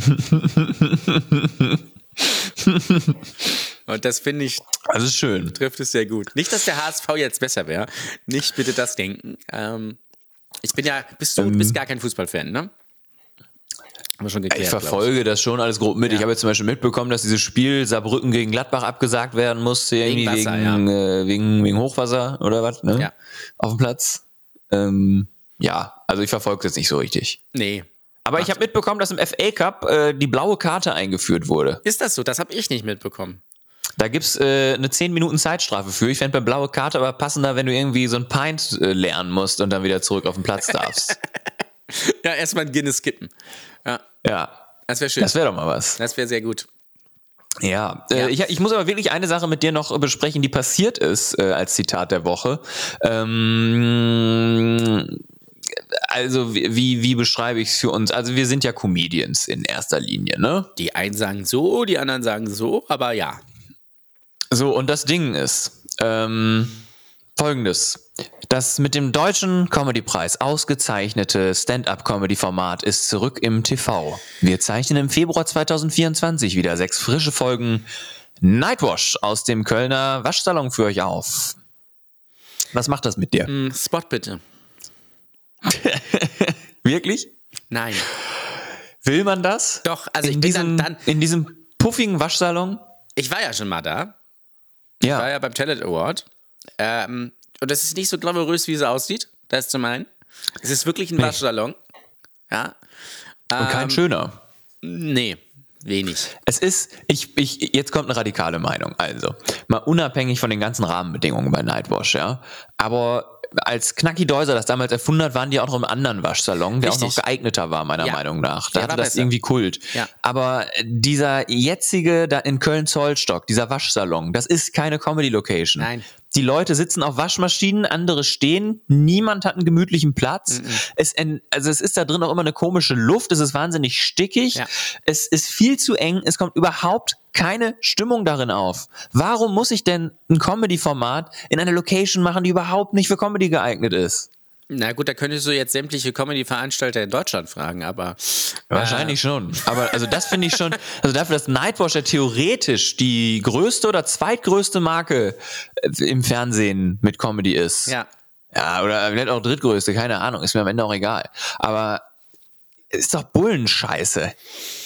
A: Und das finde ich,
B: das ist schön.
A: Trifft es sehr gut. Nicht, dass der H S V jetzt besser wäre. Nicht bitte das denken. Ähm, ich bin ja, bist du, ähm, bist gar kein Fußballfan, ne? Haben wir schon geklärt,
B: ich verfolge ich. das schon alles grob mit. Ja. Ich habe jetzt zum Beispiel mitbekommen, dass dieses Spiel Saarbrücken gegen Gladbach abgesagt werden musste, irgendwie wegen, Wasser, wegen, ja. äh, wegen, wegen Hochwasser oder was, ne? Ja. Auf dem Platz. Ähm, ja, also ich verfolge das nicht so richtig.
A: Nee.
B: Aber Macht. ich habe mitbekommen, dass im F A Cup äh, die blaue Karte eingeführt wurde.
A: Ist das so? Das habe ich nicht mitbekommen.
B: Da gibt's äh, eine zehn Minuten Zeitstrafe für. Ich fände bei blaue Karte aber passender, wenn du irgendwie so ein Pint äh, lernen musst und dann wieder zurück auf den Platz darfst.
A: Ja, erstmal ein Guinness kippen. Ja.
B: Ja.
A: Das wäre schön.
B: Das wäre doch mal was.
A: Das wäre sehr gut.
B: Ja, äh, ja. Ich, ich muss aber wirklich eine Sache mit dir noch besprechen, die passiert ist äh, als Zitat der Woche. Ähm, also wie, wie beschreibe ich es für uns? Also wir sind ja Comedians in erster Linie, ne?
A: Die einen sagen so, die anderen sagen so, aber ja.
B: So, und das Ding ist ähm, folgendes. Das mit dem Deutschen Comedy-Preis ausgezeichnete Stand-up-Comedy-Format ist zurück im T V. Wir zeichnen im Februar zwanzig vierundzwanzig wieder sechs frische Folgen Nightwash aus dem Kölner Waschsalon für euch auf. Was macht das mit dir?
A: Mm, Spot bitte.
B: Wirklich?
A: Nein.
B: Will man das?
A: Doch, also
B: in
A: ich bin
B: diesem,
A: dann, dann...
B: In diesem puffigen Waschsalon?
A: Ich war ja schon mal da.
B: Ja.
A: Ich war ja beim Talent Award. Ähm, und das ist nicht so glamourös, wie es aussieht. Das ist zu meinen. Es ist wirklich ein nee. Waschsalon. Ja.
B: Und ähm, kein schöner.
A: Nee, wenig.
B: Es ist, ich, ich, jetzt kommt eine radikale Meinung. Also, mal unabhängig von den ganzen Rahmenbedingungen bei Nightwash, ja. Aber als Knacki Deuser das damals erfunden hat, waren die auch noch im anderen Waschsalon, der Richtig. auch noch geeigneter war, meiner ja. Meinung nach. Da ja, hatte das besser. irgendwie Kult.
A: Ja.
B: Aber dieser jetzige da in Köln-Zollstock, dieser Waschsalon, das ist keine Comedy-Location.
A: Nein.
B: Die Leute sitzen auf Waschmaschinen, andere stehen, niemand hat einen gemütlichen Platz. Mm-mm. Es, also es ist da drin auch immer eine komische Luft, es ist wahnsinnig stickig, ja. es ist viel zu eng, es kommt überhaupt keine Stimmung darin auf. Warum muss ich denn ein Comedy-Format in einer Location machen, die überhaupt nicht für Comedy geeignet ist?
A: Na gut, da könntest du jetzt sämtliche Comedy-Veranstalter in Deutschland fragen, aber...
B: Wahrscheinlich äh, schon. Aber also das finde ich schon... Also dafür, dass Nightwash ja theoretisch die größte oder zweitgrößte Marke im Fernsehen mit Comedy ist.
A: Ja.
B: Ja, oder vielleicht auch drittgrößte, keine Ahnung, ist mir am Ende auch egal. Aber ist doch Bullenscheiße.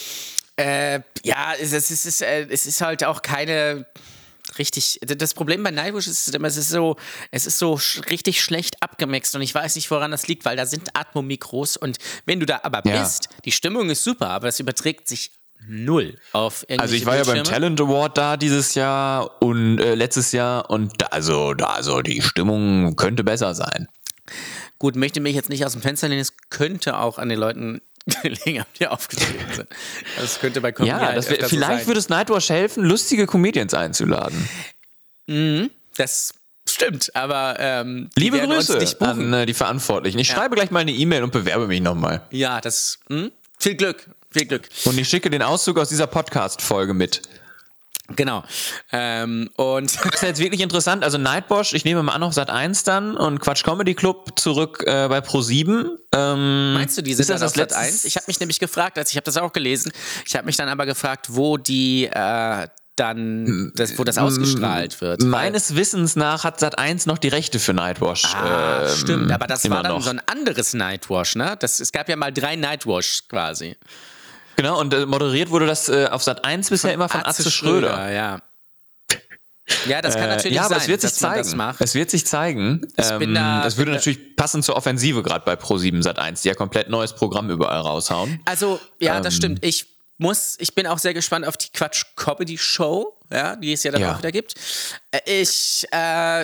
A: Äh, ja, es, es, ist, es ist halt auch keine... Richtig, das Problem bei Nightwash ist immer, es ist so, es ist so sch- richtig schlecht abgemixt und ich weiß nicht, woran das liegt, weil da sind Atmomikros und wenn du da aber
B: ja.
A: bist, die Stimmung ist super, aber das überträgt sich null auf irgendwelche
B: Also ich war
A: Bildschirme.
B: ja beim Talent Award da dieses Jahr und äh, letztes Jahr und da, also, da, also die Stimmung könnte besser sein.
A: Gut, möchte mich jetzt nicht aus dem Fenster lehnen, es könnte auch an den Leuten gelegen, die aufgetreten sind. Das könnte bei Comedy
B: Ja, das wär, vielleicht so würde es Nightwash helfen, lustige Comedians einzuladen.
A: Mhm, das stimmt, aber ähm,
B: liebe Grüße an äh, die Verantwortlichen. Ich ja. schreibe gleich mal eine E-Mail und bewerbe mich nochmal.
A: Ja, das, mh, viel Glück, viel Glück.
B: Und ich schicke den Auszug aus dieser Podcast-Folge mit.
A: Genau. Ähm, und
B: das ist jetzt wirklich interessant. Also Nightwash, ich nehme mal an auf Sat eins dann und Quatsch Comedy Club zurück äh, bei ProSieben. Ähm,
A: Meinst du, die sind dann auf Sat eins? Ich habe mich nämlich gefragt, also ich habe das auch gelesen, ich habe mich dann aber gefragt, wo die, äh, dann, das, wo das ausgestrahlt wird.
B: Meines Wissens nach hat Sat eins noch die Rechte für Nightwash.
A: Ah,
B: ähm,
A: stimmt, aber das war dann
B: noch.
A: so ein anderes Nightwash, ne? Das, es gab ja mal drei Nightwash quasi.
B: Genau, und äh, moderiert wurde das äh, auf Sat eins bisher immer von Atze, Atze Schröder. Schröder.
A: Ja. Ja, das kann natürlich
B: äh, ja, aber
A: sein,
B: es wird sich
A: dass man
B: zeigen.
A: das macht.
B: Es wird sich zeigen.
A: Ich bin
B: ähm,
A: da,
B: es würde
A: bin
B: natürlich passen zur Offensive gerade bei ProSieben Sat eins, die ja komplett neues Programm überall raushauen.
A: Also, ja,
B: ähm,
A: das stimmt. Ich muss, ich bin auch sehr gespannt auf die Quatsch-Comedy-Show, ja, die es ja dann
B: Ja.
A: auch wieder gibt. Ich äh,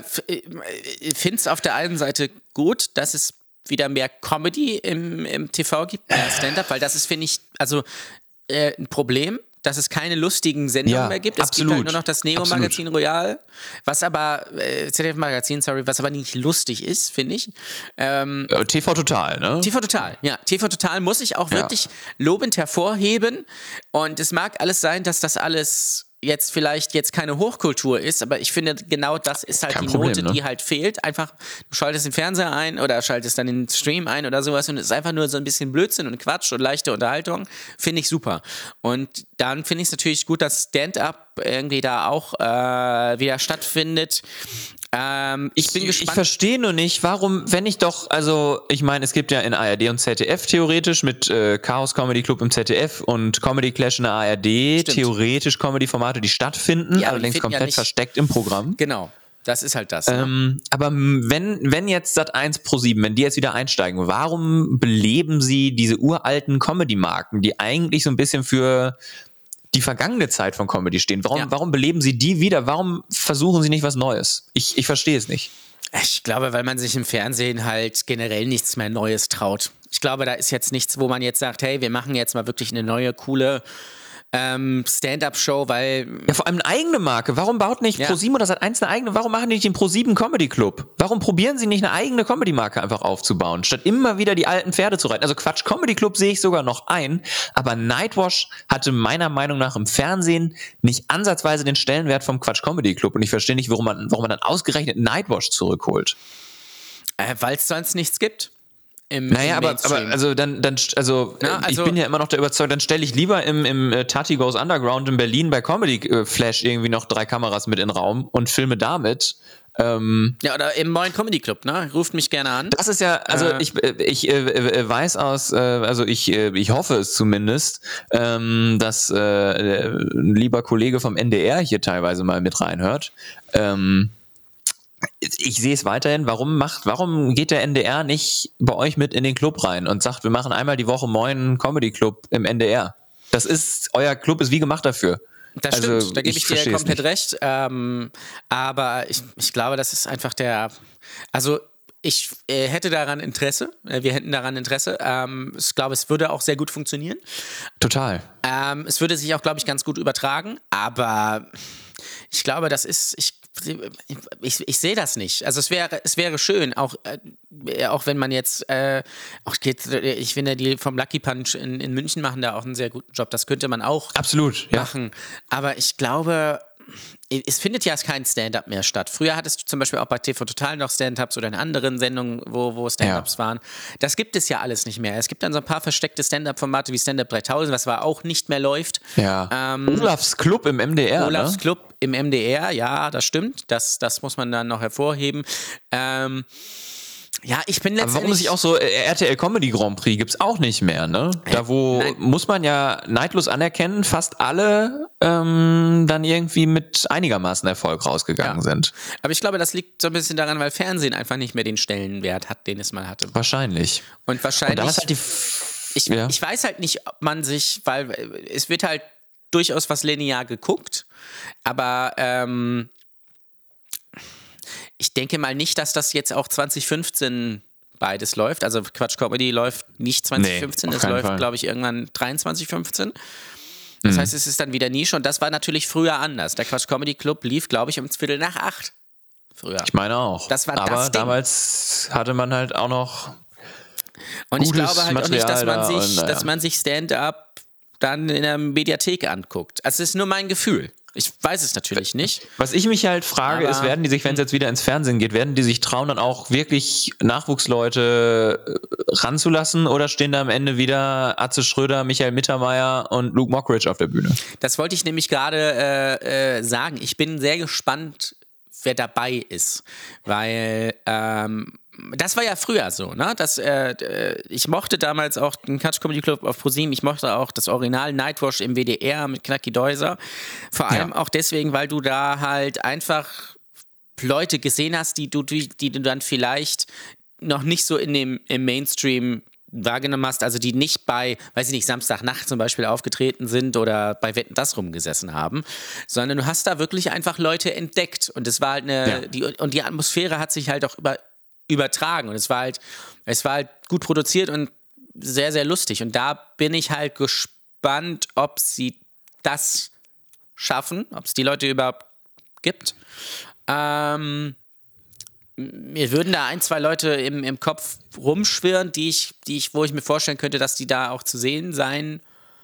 A: finde es auf der einen Seite gut, dass es wieder mehr Comedy im, im T V gibt, mehr Stand-up, weil das ist, finde ich, also äh, ein Problem, dass es keine lustigen Sendungen
B: Ja,
A: mehr gibt. Es
B: absolut.
A: gibt halt nur noch das Neo-Magazin Royal, was aber, äh, Z D F-Magazin, sorry, was aber nicht lustig ist, finde ich. Ähm,
B: äh, T V Total, ne?
A: T V Total, ja. T V Total muss ich auch
B: Ja.
A: wirklich lobend hervorheben. Und es mag alles sein, dass das alles jetzt vielleicht jetzt keine Hochkultur ist, aber ich finde, genau das ist halt
B: Kein
A: die
B: Problem,
A: Note,
B: ne?
A: die halt fehlt. Einfach, du schaltest den Fernseher ein oder schaltest dann den Stream ein oder sowas und es ist einfach nur so ein bisschen Blödsinn und Quatsch und leichte Unterhaltung. Finde ich super. Und dann finde ich es natürlich gut, dass Stand-Up irgendwie da auch äh, wieder stattfindet. Ähm, ich bin
B: Ich,
A: gespannt.
B: ich verstehe nur nicht, warum, wenn ich doch, also ich meine, es gibt ja in A R D und Z D F theoretisch mit äh, Chaos Comedy Club im Z D F und Comedy Clash in der A R D
A: Stimmt.
B: theoretisch Comedy-Formate, die stattfinden,
A: Ja, aber die
B: allerdings
A: finden ja
B: komplett
A: nicht-
B: versteckt im Programm.
A: Genau, das ist halt das. ne?
B: Ähm, aber m, wenn, wenn jetzt Sat eins ProSieben, wenn die jetzt wieder einsteigen, warum beleben sie diese uralten Comedy-Marken, die eigentlich so ein bisschen für die vergangene Zeit von Comedy stehen? Warum,
A: Ja.
B: warum beleben sie die wieder? Warum versuchen sie nicht was Neues? Ich, ich verstehe es nicht.
A: Ich glaube, weil man sich im Fernsehen halt generell nichts mehr Neues traut. Ich glaube, da ist jetzt nichts, wo man jetzt sagt, hey, wir machen jetzt mal wirklich eine neue, coole ähm, Stand-up-Show, weil
B: Ja, vor allem eine eigene Marke. Warum baut nicht
A: Ja.
B: ProSieben oder Sat eins eine eigene? Warum machen die nicht den ProSieben Comedy Club? Warum probieren sie nicht eine eigene Comedy-Marke einfach aufzubauen, statt immer wieder die alten Pferde zu reiten? Also Quatsch, Comedy Club sehe ich sogar noch ein, aber Nightwash hatte meiner Meinung nach im Fernsehen nicht ansatzweise den Stellenwert vom Quatsch Comedy Club und ich verstehe nicht, warum man, warum man dann ausgerechnet Nightwash zurückholt.
A: äh, weil es sonst nichts gibt. Im,
B: Naja,
A: im
B: aber,
A: Mainstream.
B: aber also dann, dann also,
A: Na,
B: äh,
A: also-
B: ich bin ja immer noch der Überzeugung, dann stelle ich lieber im, im äh, Tati Goes Underground in Berlin bei Comedy äh, Flash irgendwie noch drei Kameras mit in den Raum und filme damit. Ähm,
A: ja, oder im neuen Comedy Club, ne? Ruft mich gerne an.
B: das ist ja, also
A: Äh.
B: ich, äh, ich äh, äh, weiß aus, äh, also ich, äh, ich hoffe es zumindest, ähm, dass äh, ein lieber Kollege vom N D R hier teilweise mal mit reinhört. Ähm, ich sehe es weiterhin, warum macht, warum geht der N D R nicht bei euch mit in den Club rein und sagt, wir machen einmal die Woche Moin Comedy Club im N D R? Das ist, euer Club ist wie gemacht dafür.
A: Das
B: Also,
A: stimmt, da gebe ich,
B: ich
A: dir
B: versteh's
A: komplett
B: nicht.
A: recht. Ähm, aber ich, ich glaube, das ist einfach der. Also, ich äh, hätte daran Interesse. Äh, wir hätten daran Interesse. Ähm, ich glaube, es würde auch sehr gut funktionieren.
B: Total.
A: Ähm, es würde sich auch, glaube ich, ganz gut übertragen. Aber ich glaube, das ist. Ich, ich, ich sehe das nicht. Also es wäre, es wäre schön, auch, äh, auch wenn man jetzt, äh, auch geht, ich finde, die vom Lucky Punch in, in München machen da auch einen sehr guten Job. Das könnte man auch
B: Absolut, ja.
A: machen. Aber ich glaube, es findet ja kein Stand-up mehr statt. Früher hattest du zum Beispiel auch bei T V Total noch Stand-ups oder in anderen Sendungen, wo, wo Stand-ups
B: Ja.
A: waren. Das gibt es ja alles nicht mehr. Es gibt dann so ein paar versteckte Stand-up-Formate wie Stand-up dreitausend, was aber auch nicht mehr läuft.
B: Ja.
A: Ähm,
B: Olafs Club im M D R,
A: Olafs
B: ne?
A: Club im M D R, ja, das stimmt. Das, das muss man dann noch hervorheben. Ähm, ja, ich bin
B: Aber
A: letztendlich...
B: warum sich auch so äh, R T L Comedy Grand Prix gibt's auch nicht mehr, ne? Da wo
A: Nein.
B: muss man ja neidlos anerkennen, fast alle ähm, dann irgendwie mit einigermaßen Erfolg rausgegangen
A: Ja.
B: sind.
A: Aber ich glaube, das liegt so ein bisschen daran, weil Fernsehen einfach nicht mehr den Stellenwert hat, den es mal hatte.
B: Wahrscheinlich.
A: Und wahrscheinlich...
B: Und dann ist halt die F-
A: Ich,
B: ja.
A: ich weiß halt nicht, ob man sich, weil es wird halt durchaus was linear geguckt, aber ähm, ich denke mal nicht, dass das jetzt auch zwanzig fünfzehn beides läuft. Also Quatsch Comedy läuft nicht zwanzig fünfzehn,
B: Nee, auf
A: es
B: keinen
A: läuft,
B: Fall.
A: glaube ich, irgendwann dreiundzwanzig fünfzehn. Das heißt, es ist dann wieder Nische und das war natürlich früher anders. Der Quatsch Comedy Club lief, glaube ich, um Viertel nach acht. Früher.
B: Ich meine auch.
A: Das war
B: Aber
A: das Ding.
B: damals hatte man halt auch noch
A: Und ich
B: gutes
A: glaube halt auch nicht, dass man
B: Material da
A: sich,
B: und, naja.
A: dass man sich Stand-up dann in der Mediathek anguckt. Also es ist nur mein Gefühl. Ich weiß es natürlich nicht.
B: Was ich mich halt frage,
A: Aber,
B: ist, werden die sich, wenn es jetzt wieder ins Fernsehen geht, werden die sich trauen, dann auch wirklich Nachwuchsleute ranzulassen oder stehen da am Ende wieder Atze Schröder, Michael Mittermeier und Luke Mockridge auf der Bühne?
A: Das wollte ich nämlich gerade äh, äh, sagen. Ich bin sehr gespannt, wer dabei ist, weil ähm, das war ja früher so, ne? Das, äh, ich mochte damals auch den Quatsch Comedy Club auf ProSieben, ich mochte auch das Original Nightwash im W D R mit Knacki Deuser, vor allem ja. auch deswegen, weil du da halt einfach Leute gesehen hast, die du, die, die du dann vielleicht noch nicht so in dem, im Mainstream wahrgenommen hast, also die nicht bei, weiß ich nicht, Samstagnacht zum Beispiel aufgetreten sind oder bei Wetten, dass rumgesessen haben, sondern du hast da wirklich einfach Leute entdeckt und es war halt eine, ja. die, und die Atmosphäre hat sich halt auch über, übertragen und es war halt, es war halt gut produziert und sehr, sehr lustig und da bin ich halt gespannt, ob sie das schaffen, ob es die Leute überhaupt gibt. Ähm, Mir würden da ein, zwei Leute im, im Kopf rumschwirren, die ich, die ich, wo ich mir vorstellen könnte, dass die da auch zu sehen sein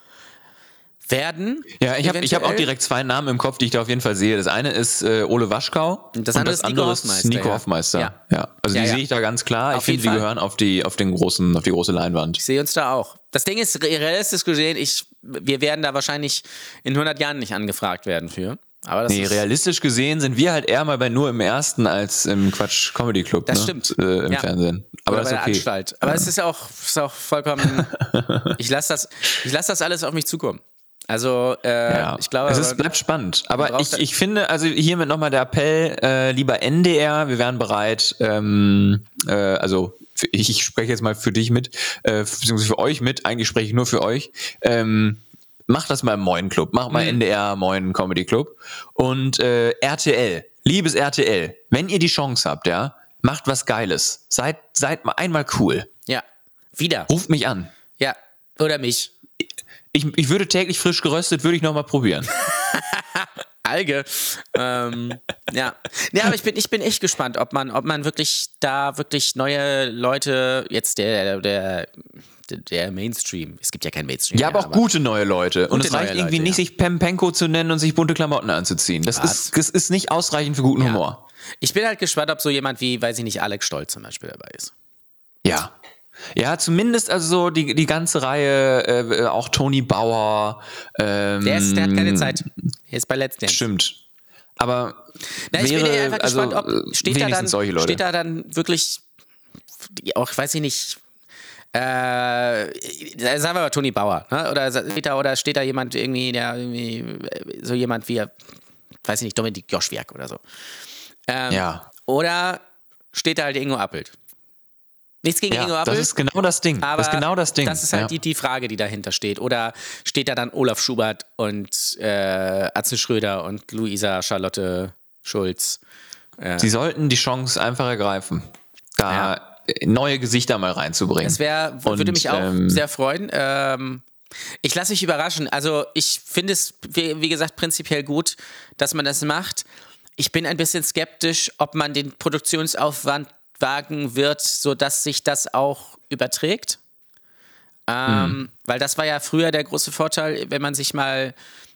A: werden.
B: Ja, ich habe ich hab auch direkt zwei Namen im Kopf, die ich da auf jeden Fall sehe. Das eine ist äh, Ole Waschkau
A: und das andere, und das andere ist Nico Hoffmeister.
B: Nico Hoffmeister. Ja. Ja. Also ja, die ja. sehe ich da ganz klar. Auf ich finde, die gehören auf die, auf, den großen, auf die große Leinwand.
A: Ich sehe uns da auch. Das Ding ist, realistisch gesehen, ich, wir werden da wahrscheinlich in hundert Jahren nicht angefragt werden für. Aber das
B: nee, realistisch gesehen sind wir halt eher mal bei nur im ersten als im Quatsch Comedy Club.
A: Das
B: ne?
A: stimmt.
B: Äh, Im
A: ja.
B: Fernsehen. Aber
A: Oder
B: das
A: bei
B: ist
A: der
B: okay.
A: Anstalt. Aber ja. es ist ja auch, ist auch vollkommen. ich lasse das, ich lass das alles auf mich zukommen. Also, äh,
B: ja.
A: ich glaube.
B: Es ist, bleibt spannend. Aber ich, ich finde, also hiermit nochmal der Appell, äh, lieber N D R, wir wären bereit, ähm, äh, also ich, ich spreche jetzt mal für dich mit, äh, beziehungsweise für euch mit, eigentlich spreche ich nur für euch, ähm, mach das mal im Moin Club, mach mal mhm. N D R Moin Comedy Club und äh, R T L, liebes R T L, wenn ihr die Chance habt, ja, macht was Geiles, seid, seid mal einmal cool.
A: Ja, wieder.
B: Ruft mich an.
A: Ja, oder mich.
B: Ich, ich würde täglich frisch geröstet, würde ich nochmal probieren.
A: Alge. ähm, ja. Ja, aber ich bin, ich bin echt gespannt, ob man, ob man wirklich da wirklich neue Leute, jetzt der, der, der Mainstream, es gibt ja kein Mainstream.
B: Ja, mehr, aber auch aber gute neue Leute. Und es reicht irgendwie
A: Leute,
B: nicht,
A: ja.
B: sich Pempenko zu nennen und sich bunte Klamotten anzuziehen. Das ist, das ist nicht ausreichend für guten ja. Humor.
A: Ich bin halt gespannt, ob so jemand wie, weiß ich nicht, Alex Stolz zum Beispiel dabei ist.
B: Ja. Ja, zumindest also so die, die ganze Reihe, äh, auch Toni Bauer. Ähm,
A: der, ist, der hat keine Zeit. Er ist bei Let's Dance.
B: Stimmt. Aber
A: Na, ich
B: wäre,
A: bin einfach
B: also,
A: gespannt, ob steht da, dann,
B: solche Leute.
A: steht da dann wirklich, auch weiß ich nicht, äh, sagen wir mal Toni Bauer, ne? Oder steht da, oder steht da jemand irgendwie, der irgendwie, so jemand wie, weiß ich nicht, Dominik Joschwiak oder so. Ähm,
B: ja.
A: Oder steht da halt Ingo Appelt. Nichts gegen
B: ja,
A: Ingo Appelt.
B: Das ist genau das Ding.
A: Aber
B: das ist genau das Ding.
A: Das ist halt
B: ja.
A: die, die Frage, die dahinter steht. Oder steht da dann Olaf Schubert und äh, Atze Schröder und Luisa Charlotte Schulz? Äh.
B: Sie sollten die Chance einfach ergreifen, da ja. neue Gesichter mal reinzubringen.
A: Das wär, würde mich auch ähm, sehr freuen. Ähm, ich lasse mich überraschen. Also ich finde es, wie, wie gesagt, prinzipiell gut, dass man das macht. Ich bin ein bisschen skeptisch, ob man den Produktionsaufwand wagen wird, sodass sich das auch überträgt. Ähm, mhm. Weil das war ja früher der große Vorteil, wenn man sich mal,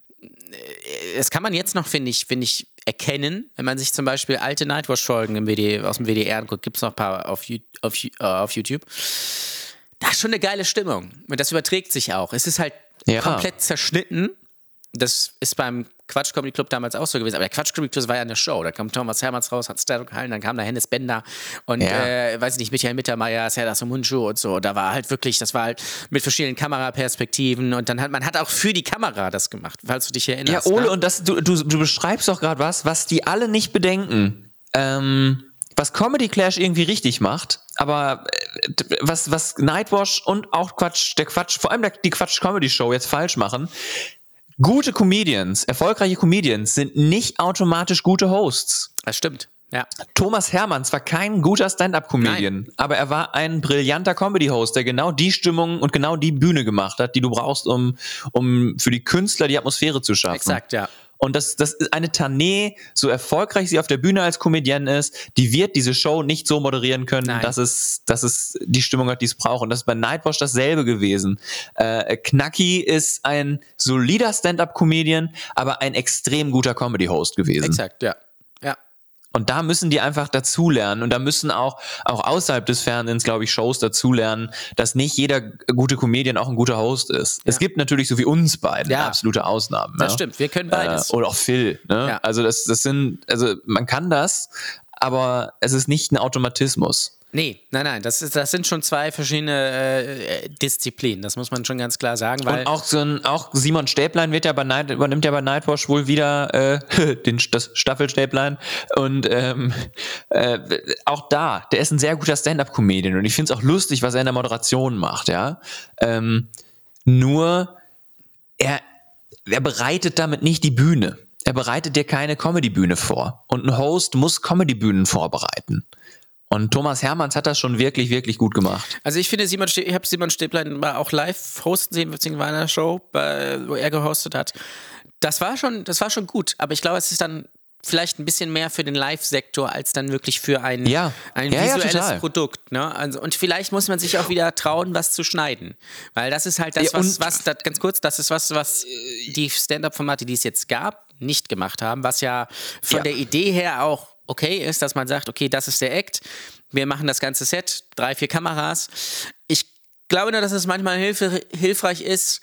A: das kann man jetzt noch, finde ich, finde ich, erkennen, wenn man sich zum Beispiel alte Nightwash-Folgen im W D, aus dem W D R anguckt, gibt es noch ein paar auf, auf, uh, auf YouTube. Da ist schon eine geile Stimmung. Und das überträgt sich auch. Es ist halt ja. komplett zerschnitten. Das ist beim Quatsch Comedy Club damals auch so gewesen. Aber der Quatsch Comedy Club war ja eine Show. Da kam Thomas Hermanns raus, hat Stand-up gehalten, dann kam da Hennes Bender und, ja. äh, weiß ich nicht, Michael Mittermeier, Serdar Somuncu und so. Da war halt wirklich, das war halt mit verschiedenen Kameraperspektiven und dann hat man hat auch für die Kamera das gemacht, falls du dich erinnerst.
B: Ja, Ole,
A: ne?
B: und das, du, du, du beschreibst doch gerade was, was die alle nicht bedenken. Ähm, was Comedy Clash irgendwie richtig macht, aber äh, was, was Nightwash und auch Quatsch, der Quatsch, vor allem der, die Quatsch Comedy Show jetzt falsch machen. Gute Comedians, erfolgreiche Comedians sind nicht automatisch gute Hosts.
A: Das stimmt, ja.
B: Thomas Hermanns war kein guter Stand-Up-Comedian, aber er war ein brillanter Comedy-Host, der genau die Stimmung und genau die Bühne gemacht hat, die du brauchst, um, um für die Künstler die Atmosphäre zu schaffen.
A: Exakt, ja.
B: Und das, das ist eine Tané, so erfolgreich sie auf der Bühne als Comedienne ist, die wird diese Show nicht so moderieren können,
A: Nein.
B: dass es, dass es die Stimmung hat, die es braucht. Und das ist bei Nightwash dasselbe gewesen. Äh, Knacki ist ein solider Stand-up-Comedian, aber ein extrem guter Comedy-Host gewesen.
A: Exakt, ja. Ja.
B: Und da müssen die einfach dazulernen. Und da müssen auch, auch außerhalb des Fernsehens, glaube ich, Shows dazulernen, dass nicht jeder gute Comedian auch ein guter Host ist. Ja. Es gibt natürlich so wie uns beiden
A: ja.
B: absolute Ausnahmen.
A: Das
B: ja?
A: stimmt, wir können beides.
B: Äh, oder auch Phil. Ne?
A: Ja.
B: Also das, das sind, also man kann das, aber es ist nicht ein Automatismus.
A: Nee, nein, nein, das, ist, das sind schon zwei verschiedene äh, Disziplinen, das muss man schon ganz klar sagen. Weil
B: Und auch so ein, auch Simon Stäblein wird ja bei Night, übernimmt ja bei Nightwash wohl wieder äh, den, das Staffelstäblein und ähm, äh, auch da, der ist ein sehr guter Stand-Up-Comedian und ich finde es auch lustig, was er in der Moderation macht, ja. Ähm, nur er, er bereitet damit nicht die Bühne. Er bereitet dir keine Comedy-Bühne vor. Und ein Host muss Comedy-Bühnen vorbereiten. Und Thomas Hermanns hat das schon wirklich, wirklich gut gemacht.
A: Also ich finde, Simon Ste- ich habe Simon Stäblein mal auch live hosten sehen, beziehungsweise in einer Show, bei, wo er gehostet hat. Das war schon, das war schon gut, aber ich glaube, es ist dann vielleicht ein bisschen mehr für den Live-Sektor als dann wirklich für ein,
B: ja.
A: ein
B: ja,
A: visuelles
B: ja,
A: Produkt. Ne? Also, und vielleicht muss man sich auch wieder trauen, was zu schneiden. Weil das ist halt das,
B: ja,
A: was, was das, ganz kurz, das ist was, was die Stand-Up-Formate, die es jetzt gab, nicht gemacht haben, was ja von
B: ja.
A: der Idee her auch okay ist, dass man sagt, okay, das ist der Act, wir machen das ganze Set, drei, vier Kameras. Ich glaube nur, dass es manchmal hilf- hilfreich ist,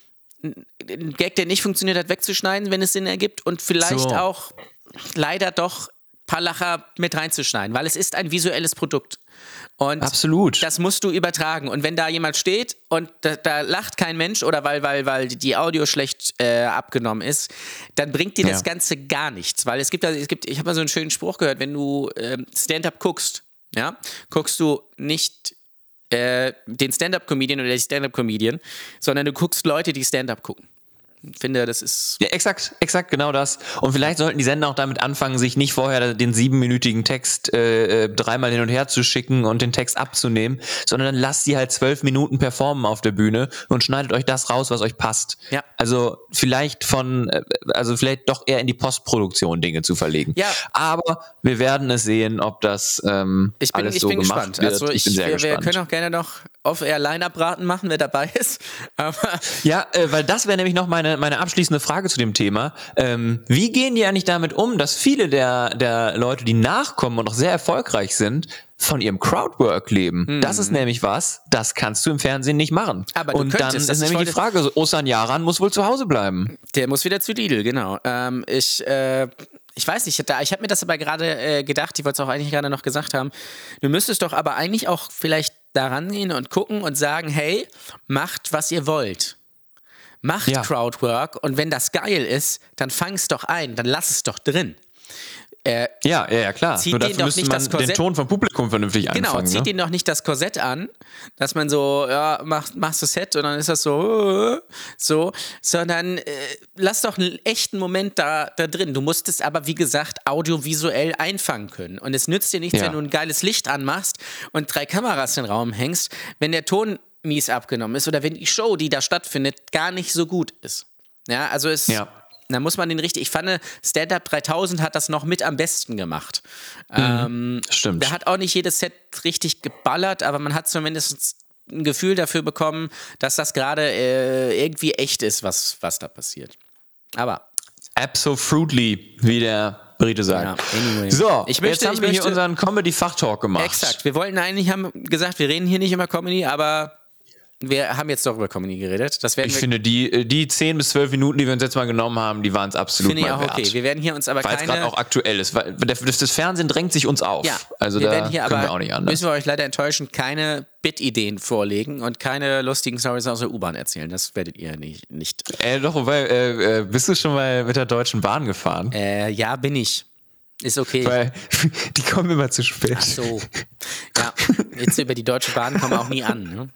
A: einen Gag, der nicht funktioniert hat, wegzuschneiden, wenn es Sinn ergibt und vielleicht
B: so.
A: auch leider doch ein paar Lacher mit reinzuschneiden, weil es ist ein visuelles Produkt. Und
B: absolut.
A: Das musst du übertragen. Und wenn da jemand steht und da, da lacht kein Mensch oder weil, weil, weil die Audio schlecht äh, abgenommen ist, dann bringt dir das
B: ja.
A: Ganze gar nichts. Weil es gibt, es gibt ich habe mal so einen schönen Spruch gehört, wenn du ähm, Stand-up guckst, ja, guckst du nicht äh, den Stand-up-Comedian oder die Stand-up-Comedian, sondern du guckst Leute, die Stand-up gucken. Ich finde, das ist...
B: Ja, exakt, exakt, genau das. Und vielleicht sollten die Sender auch damit anfangen, sich nicht vorher den siebenminütigen Text äh, dreimal hin und her zu schicken und den Text abzunehmen, sondern dann lasst sie halt zwölf Minuten performen auf der Bühne und schneidet euch das raus, was euch passt.
A: Ja.
B: Also vielleicht von, also vielleicht doch eher in die Postproduktion Dinge zu verlegen.
A: Ja.
B: Aber wir werden es sehen, ob das ähm,
A: ich bin,
B: alles
A: ich
B: so
A: bin
B: gemacht
A: gespannt.
B: wird.
A: Also ich,
B: ich bin sehr
A: wir,
B: gespannt.
A: wir können auch gerne noch auf-air Line-Up-Raten machen, wer dabei ist. Aber
B: ja, äh, weil das wäre nämlich noch meine, meine abschließende Frage zu dem Thema. Ähm, wie gehen die eigentlich damit um, dass viele der, der Leute, die nachkommen und auch sehr erfolgreich sind, von ihrem Crowdwork leben? Hm. Das ist nämlich was, das kannst du im Fernsehen nicht machen.
A: Aber du
B: und
A: könntest,
B: dann ist
A: das
B: nämlich die Frage, so Osan Yaran muss wohl zu Hause bleiben.
A: Der muss wieder zu Lidl, genau. Ähm, ich, äh, ich weiß nicht, ich habe mir das aber gerade äh, gedacht, ich wollte es auch eigentlich gerade noch gesagt haben, du müsstest doch aber eigentlich auch vielleicht da rangehen und gucken und sagen, hey, macht, was ihr wollt. Macht ja. Crowdwork und wenn das geil ist, dann fang es doch ein, dann lass es doch drin. Äh,
B: ja, ja, ja, klar.
A: Zieht
B: Nur
A: denen
B: dafür
A: doch
B: müsste
A: nicht
B: man
A: das Korsett,
B: den Ton vom Publikum vernünftig
A: genau,
B: einfangen.
A: Genau, zieht
B: ne?
A: denen doch nicht das Korsett an, dass man so, ja, mach, machst du Set und dann ist das so, so, sondern äh, lass doch einen echten Moment da, da drin. Du musst es aber, wie gesagt, audiovisuell einfangen können. Und es nützt dir nichts,
B: ja.
A: wenn du ein geiles Licht anmachst und drei Kameras in den Raum hängst, wenn der Ton mies abgenommen ist oder wenn die Show, die da stattfindet, gar nicht so gut ist. Ja, also es...
B: Ja.
A: Da muss man den richtig, ich fand, Stand-Up dreitausend hat das noch mit am besten gemacht.
B: Mhm,
A: ähm,
B: stimmt.
A: Der hat auch nicht jedes Set richtig geballert, aber man hat zumindest ein Gefühl dafür bekommen, dass das gerade äh, irgendwie echt ist, was, was da passiert. Aber.
B: Absolutely, wie der Brite sagt.
A: Ja, anyway.
B: So,
A: ich möchte,
B: jetzt haben
A: ich
B: wir
A: möchte,
B: hier unseren Comedy-Fachtalk gemacht.
A: Exakt. Wir wollten eigentlich, haben gesagt, wir reden hier nicht über Comedy, aber wir haben jetzt doch über Comedy geredet. Das werden
B: ich
A: wir
B: finde, die, die zehn bis zwölf Minuten, die wir uns jetzt mal genommen haben, die waren es absolut
A: finde ich
B: mal
A: auch
B: wert.
A: okay. Wir werden hier uns aber
B: weil
A: keine...
B: es gerade auch aktuell ist. Weil das, das Fernsehen drängt sich uns auf.
A: Ja,
B: also
A: wir
B: da
A: werden hier
B: können
A: aber,
B: wir auch nicht anders.
A: müssen wir euch leider enttäuschen, keine Bit-Ideen vorlegen und keine lustigen Stories aus der U-Bahn erzählen. Das werdet ihr nicht. nicht.
B: Äh, doch, wobei, äh, bist du schon mal mit der Deutschen Bahn gefahren?
A: Äh, ja, bin ich. Ist okay.
B: Weil die kommen immer zu spät.
A: Ach so. Ja, jetzt über die Deutsche Bahn kommen wir auch nie an. Ne?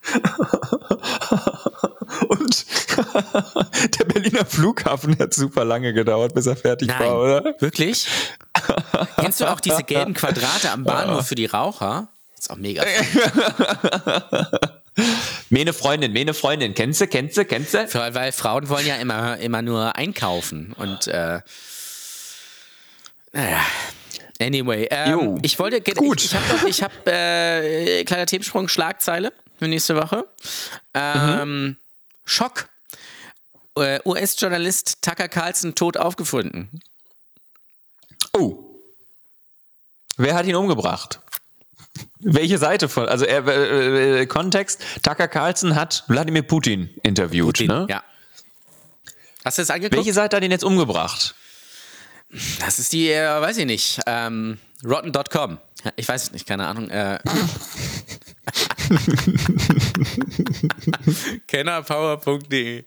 B: Und der Berliner Flughafen hat super lange gedauert, bis er fertig
A: Nein,
B: war, oder?
A: Wirklich? Kennst du auch diese gelben Quadrate am Bahnhof für die Raucher? Das ist auch mega.
B: Meine Freundin, meine Freundin, kennst du, kennst du, kennst du?
A: Weil, weil Frauen wollen ja immer, immer nur einkaufen und äh, naja. Anyway, ähm, ich wollte,
B: gut.
A: ich, ich habe noch, ich habe, äh, kleiner Themensprung, Schlagzeile für nächste Woche. Ähm, mhm. Schock. Äh, U S-Journalist Tucker Carlson tot aufgefunden.
B: Oh. Wer hat ihn umgebracht? Welche Seite von, also er, äh, äh, Kontext, Tucker Carlson hat Wladimir Putin interviewt,
A: Putin,
B: ne?
A: Ja. Hast du das angeguckt?
B: Welche Seite hat ihn jetzt umgebracht?
A: Das ist die, äh, weiß ich nicht, ähm, rotten Punkt com. Ich weiß es nicht, keine Ahnung. Äh. Kennerpower Punkt de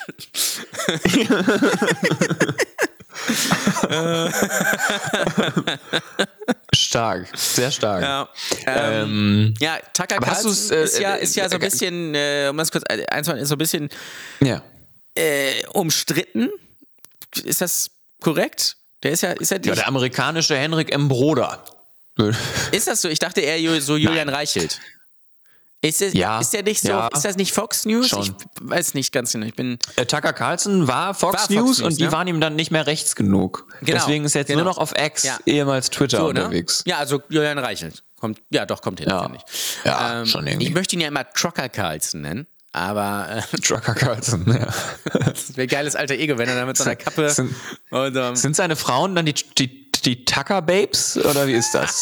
B: Stark, sehr stark.
A: Ja, ähm, ähm, ja Tucker Carlson äh, ist, ja, ist ja so ein bisschen, äh, um das kurz einzuhalten, ist so ein bisschen
B: ja.
A: äh, umstritten. Ist das korrekt? Der ist ja, ist ja,
B: ja der amerikanische Henrik M. Broder.
A: Ist das so? Ich dachte eher so Julian Nein. Reichelt. Ist, es,
B: ja,
A: ist der nicht so?
B: Ja,
A: ist das nicht Fox News?
B: Schon.
A: Ich weiß nicht ganz genau. Ich bin
B: äh, Tucker Carlson war Fox, war Fox News, News und die ne? waren ihm dann nicht mehr rechts genug. Genau, Deswegen ist er jetzt genau. nur noch auf X, ja. ehemals Twitter so, unterwegs.
A: Ne? Ja, also Julian Reichelt. Kommt, ja, doch, kommt hin,
B: ja.
A: finde ich.
B: Ja, ähm, schon irgendwie.
A: Ich möchte ihn ja immer Trucker Carlson nennen. Aber äh,
B: Trucker Carlson, ja.
A: Das wäre ein geiles alter Ego, wenn er da mit so einer Kappe
B: sind,
A: und, um,
B: sind seine Frauen dann die, die, die Tucker Babes oder wie ist das?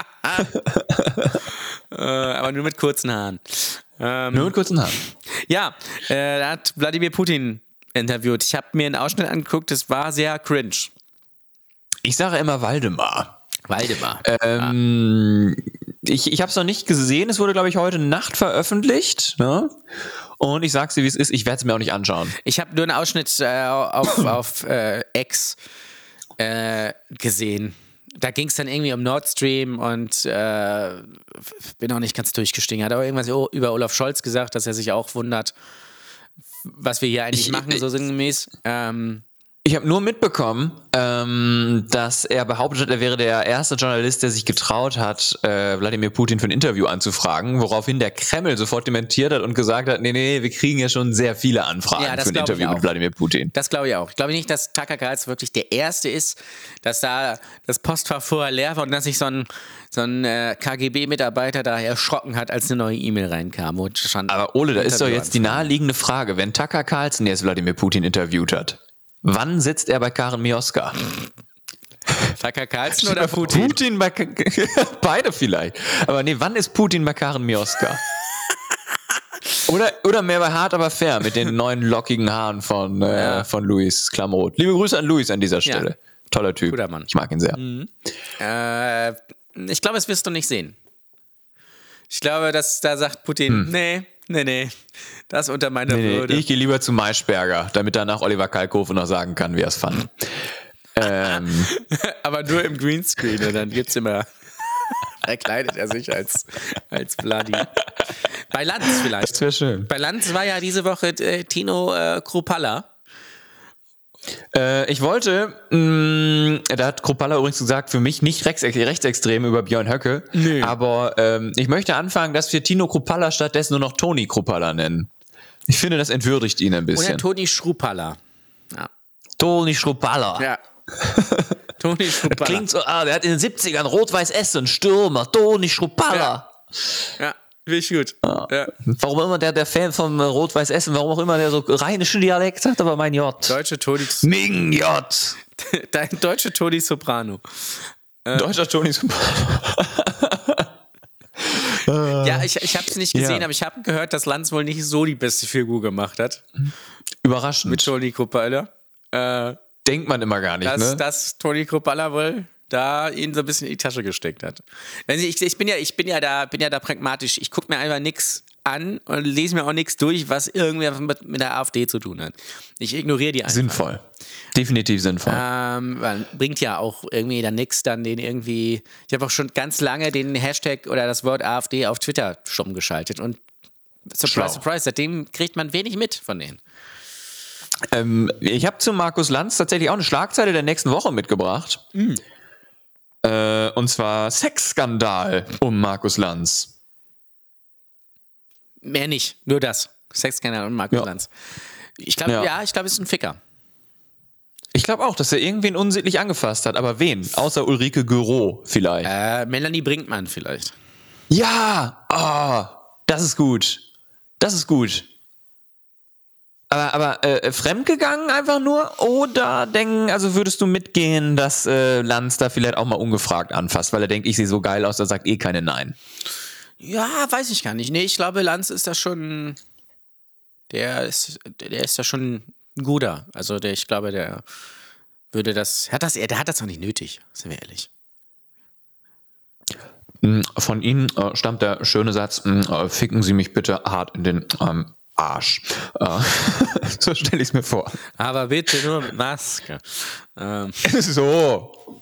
A: äh, aber nur mit kurzen Haaren. Ähm,
B: nur mit kurzen Haaren.
A: Ja, äh, da hat Wladimir Putin interviewt. Ich habe mir einen Ausschnitt angeguckt, das war sehr cringe.
B: Ich sage immer Waldemar.
A: Waldemar.
B: Ähm, ah. Ich, ich habe es noch nicht gesehen. Es wurde, glaube ich, heute Nacht veröffentlicht. Ne? Und ich sag's dir, wie es ist. Ich werde es mir auch nicht anschauen.
A: Ich habe nur einen Ausschnitt äh, auf, auf äh, X äh, gesehen. Da ging es dann irgendwie um Nord Stream und äh, bin auch nicht ganz durchgestiegen. Hat aber irgendwas über Olaf Scholz gesagt, dass er sich auch wundert, was wir hier eigentlich ich, machen, ich, so sinngemäß. Ähm,
B: Ich habe nur mitbekommen, ähm, dass er behauptet hat, er wäre der erste Journalist, der sich getraut hat, äh, Wladimir Putin für ein Interview anzufragen, woraufhin der Kreml sofort dementiert hat und gesagt hat, nee, nee, wir kriegen ja schon sehr viele Anfragen ja, für ein Interview mit Wladimir Putin.
A: Das glaube ich auch. Ich glaube nicht, dass Tucker Carlson wirklich der Erste ist, dass da das Postfach vorher leer war und dass sich so ein, so ein äh, K G B-Mitarbeiter da erschrocken hat, als eine neue E-Mail reinkam. Und schon
B: Aber Ole, da ist doch jetzt die naheliegende Frage, wenn Tucker Carlson jetzt Wladimir Putin interviewt hat, wann sitzt er bei Karen Mioska?
A: Tucker Carlson oder Putin?
B: Putin bei K- Beide vielleicht. Aber nee, wann ist Putin bei Karen Mioska? Oder, oder mehr bei Hart aber fair mit den neuen lockigen Haaren von, äh, ja. von Luis Klamroth. Liebe Grüße an Luis an dieser Stelle. Ja. Toller Typ.
A: Guter Mann.
B: Ich mag ihn sehr.
A: Mhm. Äh, ich glaube, das wirst du nicht sehen. Ich glaube, dass da sagt Putin, hm. nee, nee, nee, das unter meiner
B: nee,
A: Würde.
B: Nee, ich gehe lieber zu Maischberger, damit danach Oliver Kalkofe noch sagen kann, wie er es fand. ähm.
A: Aber nur im Greenscreen und dann gibt's immer, da kleidet er sich als, als Bloody. Bei Lanz vielleicht.
B: Das wäre schön.
A: Bei Lanz war ja diese Woche äh, Tino äh, Kruppalla.
B: Äh, ich wollte, mh, da hat Kruppalla übrigens gesagt, für mich nicht rechts, rechtsextrem über Björn Höcke, nee. aber ähm, ich möchte anfangen, dass wir Tino Kruppalla stattdessen nur noch Toni Kruppalla nennen. Ich finde, das entwürdigt ihn ein bisschen.
A: Oder Toni Schruppalla. Ja.
B: Toni Schruppalla.
A: Ja. Toni Schruppalla.
B: Klingt so, ah, der hat in den siebzigern Rot-Weiß Essen, Stürmer, Toni Schruppalla.
A: Ja. ja. Finde ich gut.
B: Ja. Ja. Warum immer der, der Fan vom Rot-Weiß Essen, warum auch immer der so rheinischen Dialekt sagt, aber mein J.
A: Deutsche Toni.
B: Ming J.
A: Dein deutsche Toni Soprano.
B: Äh. Deutscher Toni Soprano.
A: Ja, ich, ich habe es nicht gesehen, ja. aber ich habe gehört, dass Lanz wohl nicht so die beste Figur gemacht hat.
B: Überraschend.
A: Mit Toni Kruppalla. Äh,
B: Denkt man immer gar nicht,
A: dass,
B: ne?
A: Dass Toni Kruppalla wohl da ihn so ein bisschen in die Tasche gesteckt hat. Also ich, ich bin ja, ich bin ja da, bin ja da pragmatisch. Ich gucke mir einfach nichts an und lese mir auch nichts durch, was irgendwie mit, mit der AfD zu tun hat. Ich ignoriere die einfach.
B: Sinnvoll. Definitiv sinnvoll.
A: Ähm, weil bringt ja auch irgendwie dann nichts, dann den irgendwie. Ich habe auch schon ganz lange den Hashtag oder das Wort AfD auf Twitter stumm geschaltet und surprise, Schlau. surprise, seitdem kriegt man wenig mit von denen.
B: Ähm, ich habe zu Markus Lanz tatsächlich auch eine Schlagzeile der nächsten Woche mitgebracht.
A: Mm.
B: Äh, und zwar Sexskandal um Markus Lanz.
A: Mehr nicht, nur das. Sexscanner und Markus
B: Ja.
A: Lanz. Ich glaube,
B: Ja.
A: ja, ich glaube, es ist ein Ficker.
B: Ich glaube auch, dass er irgendwen unsittlich angefasst hat, aber wen? Außer Ulrike Gürow vielleicht.
A: Äh, Melanie Brinkmann vielleicht.
B: Ja, oh, das ist gut. Das ist gut. Aber, aber äh, fremdgegangen einfach nur? Oder denken, also würdest du mitgehen, dass äh, Lanz da vielleicht auch mal ungefragt anfasst, weil er denkt, ich sehe so geil aus, da sagt eh keine Nein.
A: Ja, weiß ich gar nicht. Nee, ich glaube, Lanz ist da schon. Der ist, der ist da schon ein guter. Also der, ich glaube, der würde das. Hat das der hat das noch nicht nötig, sind wir ehrlich.
B: Von Ihnen äh, stammt der schöne Satz, mh, äh, ficken Sie mich bitte hart in den ähm, Arsch. Äh, so stelle ich es mir vor.
A: Aber bitte nur mit Maske. Ähm,
B: So.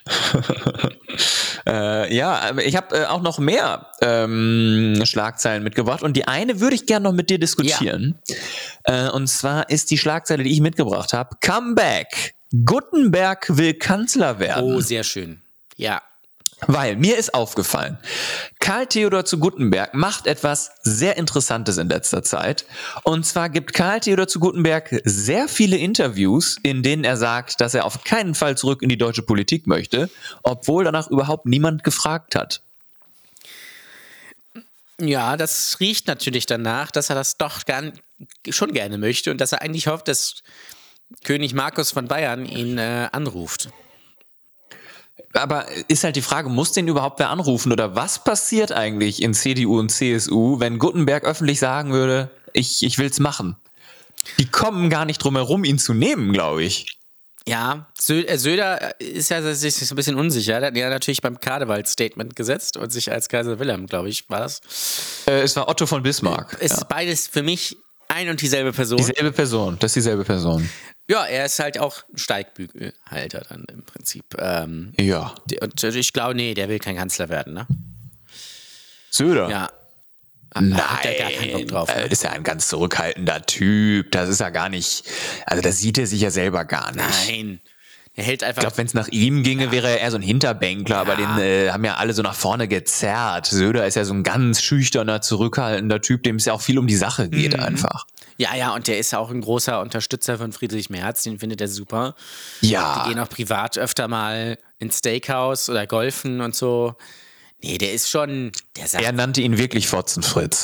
B: äh, ja, aber ich habe äh, auch noch mehr ähm, Schlagzeilen mitgebracht und die eine würde ich gerne noch mit dir diskutieren. Äh, und zwar ist die Schlagzeile, die ich mitgebracht habe, Comeback. Guttenberg will Kanzler werden.
A: oh, sehr schön. Ja.
B: Weil mir ist aufgefallen, Karl Theodor zu Guttenberg macht etwas sehr Interessantes in letzter Zeit. Und zwar gibt Karl Theodor zu Guttenberg sehr viele Interviews, in denen er sagt, dass er auf keinen Fall zurück in die deutsche Politik möchte, obwohl danach überhaupt niemand gefragt hat.
A: Ja, das riecht natürlich danach, dass er das doch gern, schon gerne möchte und dass er eigentlich hofft, dass König Markus von Bayern ihn äh, anruft.
B: Aber ist halt die Frage, muss den überhaupt wer anrufen oder was passiert eigentlich in C D U und C S U, wenn Guttenberg öffentlich sagen würde, ich, ich will's machen? Die kommen gar nicht drum herum, ihn zu nehmen, glaube ich.
A: Ja, Sö äh, Söder ist ja sich so ein bisschen unsicher. Der hat ja natürlich beim Karneval-Statement gesetzt und sich als Kaiser Wilhelm, glaube ich, war das.
B: Äh, es war Otto von Bismarck.
A: Ist
B: ja.
A: beides für mich ein und dieselbe Person.
B: Dieselbe Person, das ist dieselbe Person.
A: Ja, er ist halt auch ein Steigbügelhalter dann im Prinzip. Ähm,
B: Ja.
A: und ich glaube, nee, der will kein Kanzler werden, ne?
B: Söder?
A: Ja.
B: Nein,
A: Hat er gar keinen Bock drauf.
B: äh,
A: Ne?
B: ist ja ein ganz zurückhaltender Typ. Das ist ja gar nicht, also das sieht er sich ja selber gar nicht.
A: Nein. Er hält einfach.
B: Ich glaube, wenn es nach ihm ginge, wäre er eher so ein Hinterbänkler, aber den äh, haben ja alle so nach vorne gezerrt. Söder ist ja so ein ganz schüchterner, zurückhaltender Typ, dem es ja auch viel um die Sache geht
A: Mhm.
B: einfach.
A: Ja, ja, und der ist auch ein großer Unterstützer von Friedrich Merz, den findet er super.
B: Ja.
A: Die gehen auch privat öfter mal ins Steakhouse oder golfen und so. Nee, der ist schon, der sagt,
B: Er nannte ihn wirklich Fotzenfritz.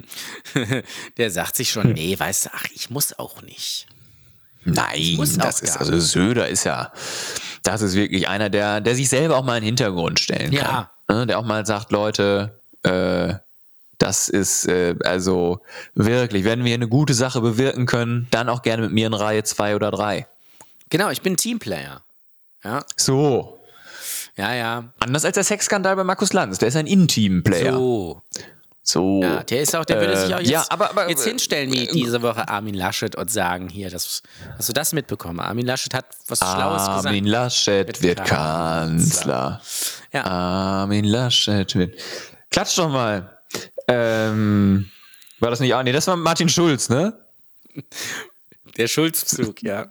A: der sagt sich schon, nee, weißt du, ach, ich muss auch nicht.
B: Nein,
A: muss
B: das
A: auch
B: ist,
A: gar
B: also Söder ist ja, das ist wirklich einer, der, der sich selber auch mal in den Hintergrund stellen kann.
A: Ja.
B: Ne, der auch mal sagt, Leute, äh, das ist, äh, also wirklich, wenn wir eine gute Sache bewirken können, dann auch gerne mit mir in Reihe zwei oder drei.
A: Genau, ich bin Teamplayer. Ja,
B: So.
A: ja, ja.
B: Anders als der Sexskandal bei Markus Lanz, der ist ein Inteam-Player.
A: So.
B: So.
A: Ja, der ist auch, der würde
B: Äh,
A: sich auch jetzt,
B: ja, aber- aber-
A: jetzt hinstellen wie diese Woche Armin Laschet und sagen, hier, das, hast du das mitbekommen? Armin Laschet hat was Schlaues gesagt.
B: Armin Laschet wird Kanzler.
A: Ja.
B: Armin Laschet wird. Klatsch doch mal. Ähm, war das nicht? Ah, nee, das war Martin Schulz, ne?
A: Der Schulzzug, ja.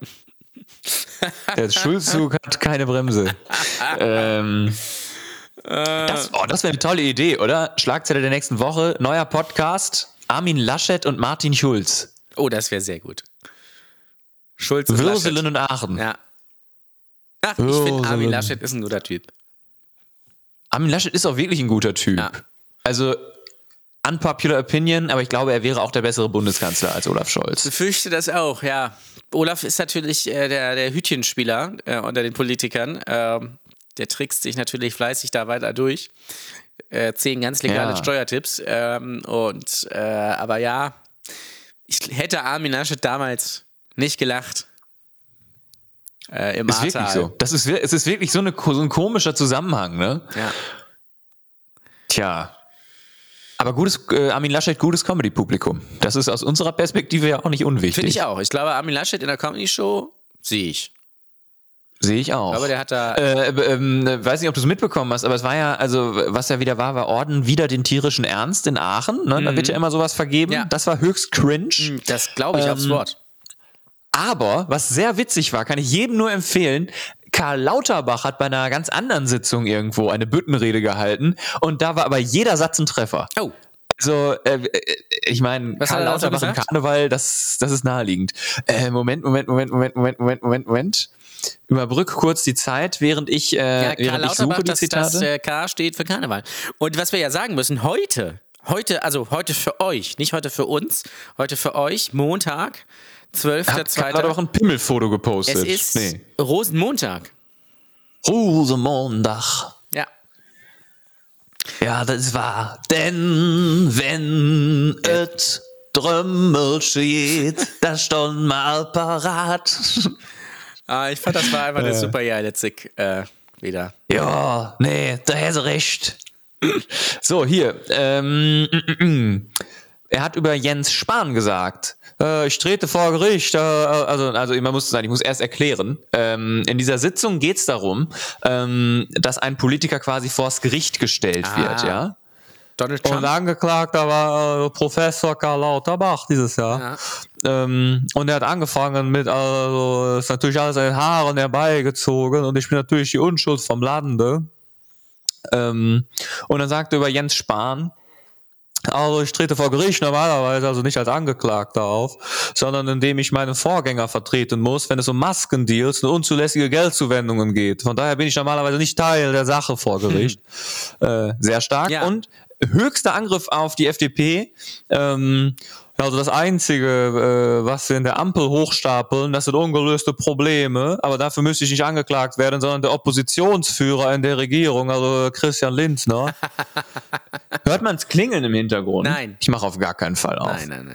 B: Der Schulzzug hat keine Bremse. ähm, das oh, das wäre eine tolle Idee, oder? Schlagzeile der nächsten Woche, neuer Podcast, Armin Laschet und Martin Schulz.
A: Oh, das wäre sehr gut. Schulz und
B: Würselen
A: Laschet.
B: und Aachen.
A: Ja. Ach, ich
B: Oh,
A: finde, Armin
B: so-
A: Laschet ist ein guter Typ.
B: Armin Laschet ist auch wirklich ein guter Typ.
A: Ja.
B: Also, unpopular opinion, aber ich glaube, er wäre auch der bessere Bundeskanzler als Olaf Scholz.
A: Befürchte das auch, ja. Olaf ist natürlich äh, der, der Hütchenspieler äh, unter den Politikern. Ähm, der trickst sich natürlich fleißig da weiter durch. Äh, zehn ganz legale
B: Ja.
A: Steuertipps. Ähm, und, äh, aber ja, ich hätte Armin Laschet damals nicht gelacht. Äh, Im
B: Ist wirklich
A: Ahrtal.
B: so. Das ist, wir- es ist wirklich so, eine, so ein komischer Zusammenhang, ne?
A: Ja.
B: Tja. Aber gutes, äh, Armin Laschet, gutes Comedy-Publikum. Das ist aus unserer Perspektive ja auch nicht unwichtig.
A: Finde ich auch. Ich glaube, Armin Laschet in der Comedy-Show sehe ich.
B: Sehe ich auch.
A: Aber der hat da.
B: Äh, ähm, weiß nicht, ob du es mitbekommen hast, aber es war ja, also was ja wieder war, war Orden wieder den tierischen Ernst in Aachen. Ne? Da wird ja immer sowas vergeben.
A: Ja.
B: Das war höchst cringe.
A: Das glaube ich aufs
B: Ähm,
A: Wort.
B: Aber, was sehr witzig war, kann ich jedem nur empfehlen, Karl Lauterbach hat bei einer ganz anderen Sitzung irgendwo eine Büttenrede gehalten und da war aber jeder Satz ein Treffer.
A: Oh.
B: Also, äh, ich meine, Karl Lauterbach im Karneval, das, das ist naheliegend. Äh, Moment, Moment, Moment, Moment, Moment, Moment, Moment, Moment. Überbrück kurz die Zeit, während ich, äh,
A: ja,
B: während ich suche die Zitate.
A: Das, das äh, K steht für Karneval. Und was wir ja sagen müssen, heute, heute, also heute für euch, nicht heute für uns, heute für euch, Montag, zwölfter zweiter
B: Hat doch ein Pimmelfoto gepostet.
A: Es ist nee. Rosenmontag.
B: Rosenmontag.
A: Ja.
B: Ja, das ist wahr. Denn wenn et Drömmelsche geht, da stond mal parat.
A: Ah, ich fand, das war einfach eine super geile Zick äh, wieder.
B: Ja, nee, da hast du recht. So, hier. Ähm, mm, mm. Er hat über Jens Spahn gesagt, äh, ich trete vor Gericht. Äh, also, also man muss sagen, ich muss erst erklären. Ähm, in dieser Sitzung geht es darum, ähm, dass ein Politiker quasi vors Gericht gestellt ah. wird, ja.
A: Donald Trump.
B: Und Angeklagter war äh, Professor Karl Lauterbach dieses Jahr. Ja. Ähm, und er hat angefangen mit, also ist natürlich alles an den Haaren herbeigezogen und ich bin natürlich die Unschuld vom Lande. Ähm, und dann sagte er über Jens Spahn, also ich trete vor Gericht normalerweise also nicht als Angeklagter auf, sondern indem ich meinen Vorgänger vertreten muss, wenn es um Maskendeals und unzulässige Geldzuwendungen geht. Von daher bin ich normalerweise nicht Teil der Sache vor Gericht. Hm. Äh, sehr stark. Ja. Und höchster Angriff auf die F D P. Ähm, also das Einzige, äh, was wir in der Ampel hochstapeln, das sind ungelöste Probleme, aber dafür müsste ich nicht angeklagt werden, sondern der Oppositionsführer in der Regierung, also Christian Lindner. Hört man es klingeln im Hintergrund?
A: Nein.
B: Ich mache auf gar keinen Fall auf.
A: Nein, nein, nein.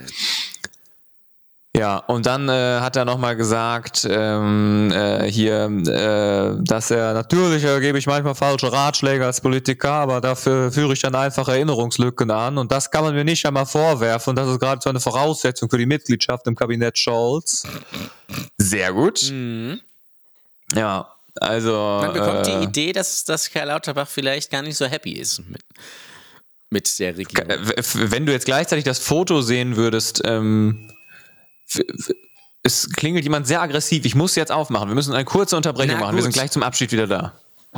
B: Ja, und dann äh, hat er nochmal gesagt, ähm, äh, hier, äh, dass er natürlich äh, gebe ich manchmal falsche Ratschläge als Politiker, aber dafür führe ich dann einfach Erinnerungslücken an und das kann man mir nicht einmal vorwerfen und das ist gerade so eine Voraussetzung für die Mitgliedschaft im Kabinett Scholz. Sehr gut.
A: Mhm.
B: Ja, also...
A: Man bekommt
B: äh,
A: die Idee, dass, dass Karl Lauterbach vielleicht gar nicht so happy ist mit, mit der Regierung.
B: Wenn du jetzt gleichzeitig das Foto sehen würdest... Ähm, es klingelt jemand sehr aggressiv. Ich muss jetzt aufmachen. Wir müssen eine kurze Unterbrechung
A: Na,
B: machen.
A: gut.
B: Wir sind gleich zum Abschied wieder da.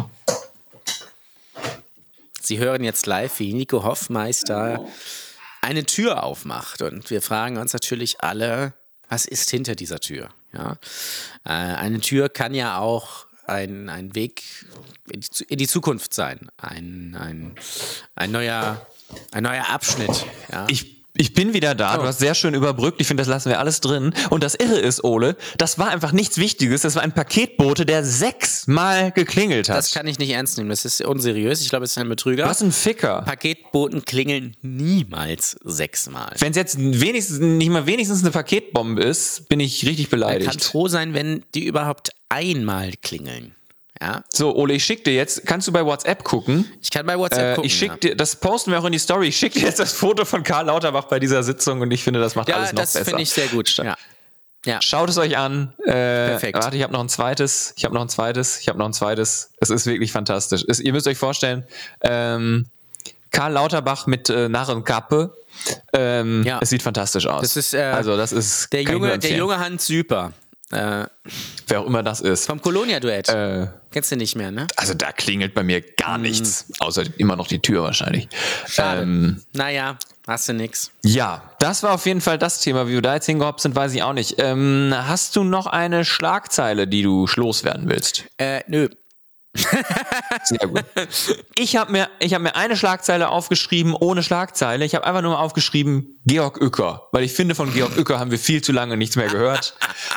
A: Sie hören jetzt live, wie Nico Hoffmeister eine Tür aufmacht. Und wir fragen uns natürlich alle, was ist hinter dieser Tür? Ja? Äh, eine Tür kann ja auch ein, ein Weg in die, in die Zukunft sein. Ein, ein, ein, neuer, ein neuer Abschnitt. Ja?
B: Ich Ich bin wieder da, oh. Du hast sehr schön überbrückt, ich finde, das lassen wir alles drin. Und das Irre ist, Ole, das war einfach nichts Wichtiges, das war ein Paketbote, der sechsmal geklingelt hat.
A: Das kann ich nicht ernst nehmen, das ist unseriös, ich glaube, es ist ein Betrüger.
B: Was ein Ficker.
A: Paketboten klingeln niemals sechsmal.
B: Wenn es jetzt wenigstens, nicht mal wenigstens eine Paketbombe ist, bin ich richtig beleidigt.
A: Man kann froh sein, wenn die überhaupt einmal klingeln. Ja.
B: So, Ole, ich schick dir jetzt, kannst du bei WhatsApp gucken?
A: Ich kann bei WhatsApp
B: äh,
A: gucken,
B: ich schick
A: ja.
B: dir, das posten wir auch in die Story, ich schick dir jetzt das Foto von Karl Lauterbach bei dieser Sitzung und ich finde, das macht
A: ja,
B: alles noch besser.
A: Ja, das finde ich sehr gut. Ja. Ja.
B: Schaut es euch an. Äh,
A: Perfekt.
B: Warte, ich habe noch ein zweites, ich habe noch ein zweites, ich habe noch ein zweites. Es ist wirklich fantastisch. Es, ihr müsst euch vorstellen, ähm, Karl Lauterbach mit äh, Narrenkappe. Ähm,
A: ja.
B: Es sieht fantastisch aus.
A: Das ist, äh,
B: also das ist
A: der junge, der junge Hans Süper. Äh,
B: Wer auch immer das ist.
A: Vom Colonia-Duett.
B: Äh,
A: Kennst du nicht mehr, ne?
B: Also da klingelt bei mir gar nichts. Mm. Außer immer noch die Tür wahrscheinlich.
A: Schade. Ähm, naja, hast du nix.
B: Ja, das war auf jeden Fall das Thema. Wie du da jetzt hingehoppt sind, weiß ich auch nicht. Ähm, hast du noch eine Schlagzeile, die du loswerden willst?
A: Äh, nö.
B: Sehr gut. Ich habe mir, ich hab mir eine Schlagzeile aufgeschrieben ohne Schlagzeile. Ich habe einfach nur mal aufgeschrieben Georg Uecker. Weil ich finde, von Georg Uecker haben wir viel zu lange nichts mehr gehört.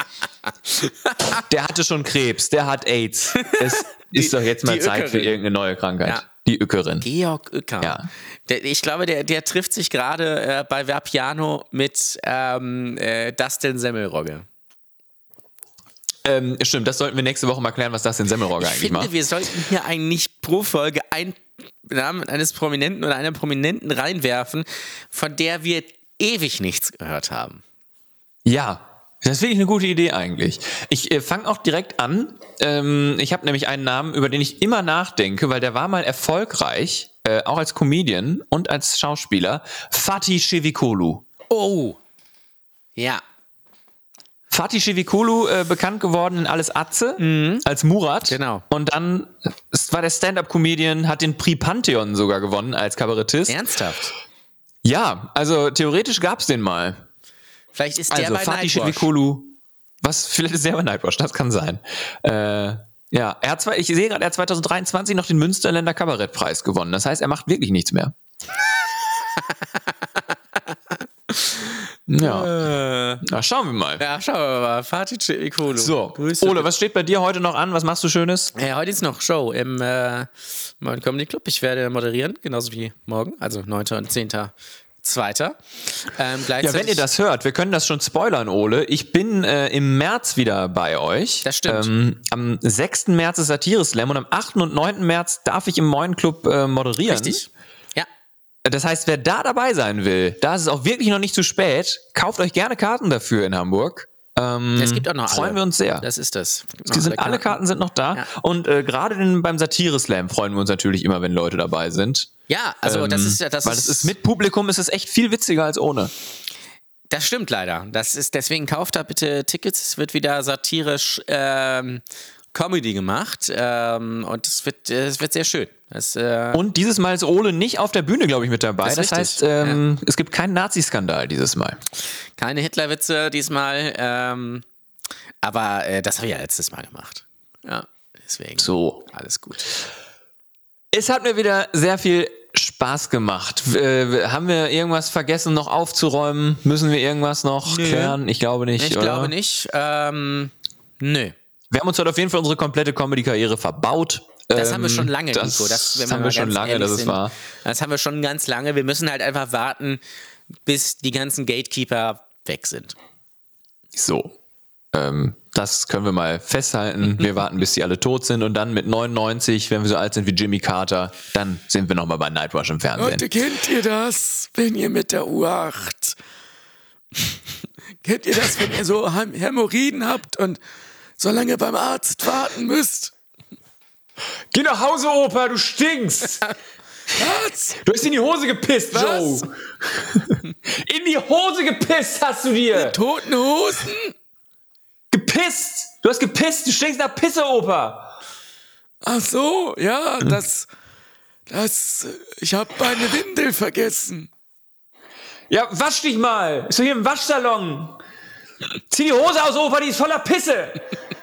B: Der hatte schon Krebs, der hat AIDS. Es die, ist doch jetzt mal Zeit Ueckerin. Für irgendeine neue Krankheit. Ja. Die Ueckerin.
A: Georg Uecker.
B: Ja.
A: Der, ich glaube, der, der trifft sich gerade äh, bei Verpiano mit ähm, äh, Dustin Semmelrogge.
B: Ähm, stimmt, das sollten wir nächste Woche mal klären, was das in Semmelrogge eigentlich
A: finde,
B: macht. Ich
A: finde, wir sollten hier eigentlich pro Folge einen Namen eines Prominenten oder einer Prominenten reinwerfen, von der wir ewig nichts gehört haben.
B: Ja, das finde ich eine gute Idee eigentlich. Ich äh, fange auch direkt an. Ähm, ich habe nämlich einen Namen, über den ich immer nachdenke, weil der war mal erfolgreich, äh, auch als Comedian und als Schauspieler. Fatih Çevikoğlu.
A: Oh, ja.
B: Fatih Çevikoğlu, äh, bekannt geworden in Alles Atze, mhm. als Murat.
A: Genau.
B: Und dann war der Stand-Up-Comedian, hat den Prix Pantheon sogar gewonnen als Kabarettist.
A: Ernsthaft?
B: Ja, also theoretisch gab's den mal.
A: Vielleicht ist der
B: Also
A: bei
B: Fatih
A: Nightwash.
B: Şevikolu, was, vielleicht ist der bei Nightwash, das kann sein. Äh, ja, er hat zwar, ich sehe gerade, er hat zwanzig dreiundzwanzig noch den Münsterländer Kabarettpreis gewonnen. Das heißt, er macht wirklich nichts mehr. Ja.
A: Äh,
B: Na, schauen wir mal.
A: ja, schauen wir mal. Fatih Şevikolu.
B: So,
A: Grüße.
B: Ole, was steht bei dir heute noch an? Was machst du Schönes?
A: Ja, heute ist noch Show im äh, Neuen Comedy Club. Ich werde moderieren, genauso wie morgen, also neunter und zehnter Zweiter. Ähm,
B: Ja, wenn ihr das hört, wir können das schon spoilern, Ole. Ich bin äh, im März wieder bei euch.
A: Das stimmt.
B: Ähm, am sechsten März ist Satire-Slam und am achten und neunten März darf ich im Neuen Club äh, moderieren.
A: Richtig. Ja.
B: Das heißt, wer da dabei sein will, da ist es auch wirklich noch nicht zu spät. Kauft euch gerne Karten dafür in Hamburg. Ähm,
A: Es gibt auch noch
B: freuen
A: alle.
B: wir uns sehr.
A: Das ist das.
B: Die sind, alle Karten sind noch da.
A: Ja.
B: Und äh, gerade den- beim Satire-Slam freuen wir uns natürlich immer, wenn Leute dabei sind.
A: Ja, also das
B: Ähm,
A: ist ja das.
B: Weil es ist mit Publikum ist es echt viel witziger als ohne.
A: Das stimmt leider. Das ist, deswegen kauft da bitte Tickets. Es wird wieder satirisch ähm, Comedy gemacht. Ähm, und es wird, es wird sehr schön. Das, äh,
B: Und dieses Mal ist Ole nicht auf der Bühne, glaube ich, mit dabei.
A: Das
B: Das,
A: ist richtig,
B: heißt, ähm, es gibt keinen Nazi-Skandal dieses Mal.
A: keine Hitlerwitze diesmal. Ähm, aber äh, das habe ich ja letztes Mal gemacht. Ja, deswegen.
B: So.
A: Alles gut.
B: Es hat mir wieder sehr viel Spaß gemacht. Äh, haben wir irgendwas vergessen noch aufzuräumen? Müssen wir irgendwas noch
A: Nö.
B: klären? Ich glaube nicht.
A: Ich
B: oder?
A: glaube nicht. Ähm, nö.
B: Wir haben uns heute auf jeden Fall unsere komplette Comedy-Karriere verbaut.
A: Das
B: Ähm,
A: haben wir schon lange,
B: das
A: Nico. Das, wenn
B: haben
A: mal
B: wir schon
A: ganz
B: lange,
A: ehrlich
B: dass es
A: sind.
B: war.
A: Das haben wir schon ganz lange. Wir müssen halt einfach warten, bis die ganzen Gatekeeper weg sind.
B: So. Ähm, das können wir mal festhalten. Wir warten, bis die alle tot sind und dann mit neunundneunzig, wenn wir so alt sind wie Jimmy Carter, dann sind wir nochmal bei Nightwash im Fernsehen.
C: Leute, kennt ihr das, wenn ihr mit der U acht? Kennt ihr das, wenn ihr so Häm- Hämorrhoiden habt und so lange beim Arzt warten müsst?
B: Geh nach Hause, Opa, du stinkst!
C: Was?
B: Du hast in die Hose gepisst,
C: Was?
B: Joe! In die Hose gepisst hast du dir!
C: Toten Hosen?
B: Gepisst! Du hast gepisst, du stinkst nach Pisse, Opa!
C: Ach so, ja, das, das, ich hab meine Windel vergessen.
B: Ja, wasch dich mal! Ist doch hier im Waschsalon! Zieh die Hose aus, Opa, die ist voller Pisse!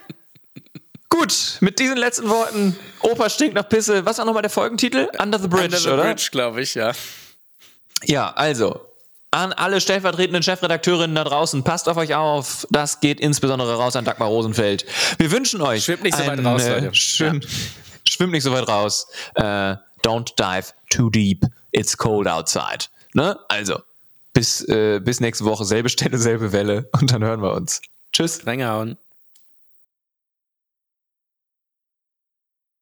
B: Gut, mit diesen letzten Worten, Opa stinkt nach Pisse. Was war nochmal der Folgentitel? Under the Bridge,
A: Under the
B: oder?
A: Bridge, glaube ich, ja.
B: Ja, also, an alle stellvertretenden Chefredakteurinnen da draußen, passt auf euch auf. Das geht insbesondere raus an Dagmar Rosenfeld. Wir wünschen euch.
A: Schwimmt nicht so weit
B: einen,
A: raus,
B: äh,
A: Leute.
B: Schwimm, Schwimmt nicht so weit raus. Äh, don't dive too deep. It's cold outside. Ne? Also, bis, äh, bis nächste Woche. Selbe Stelle, selbe Welle. Und dann hören wir uns. Tschüss.
A: Reingehauen.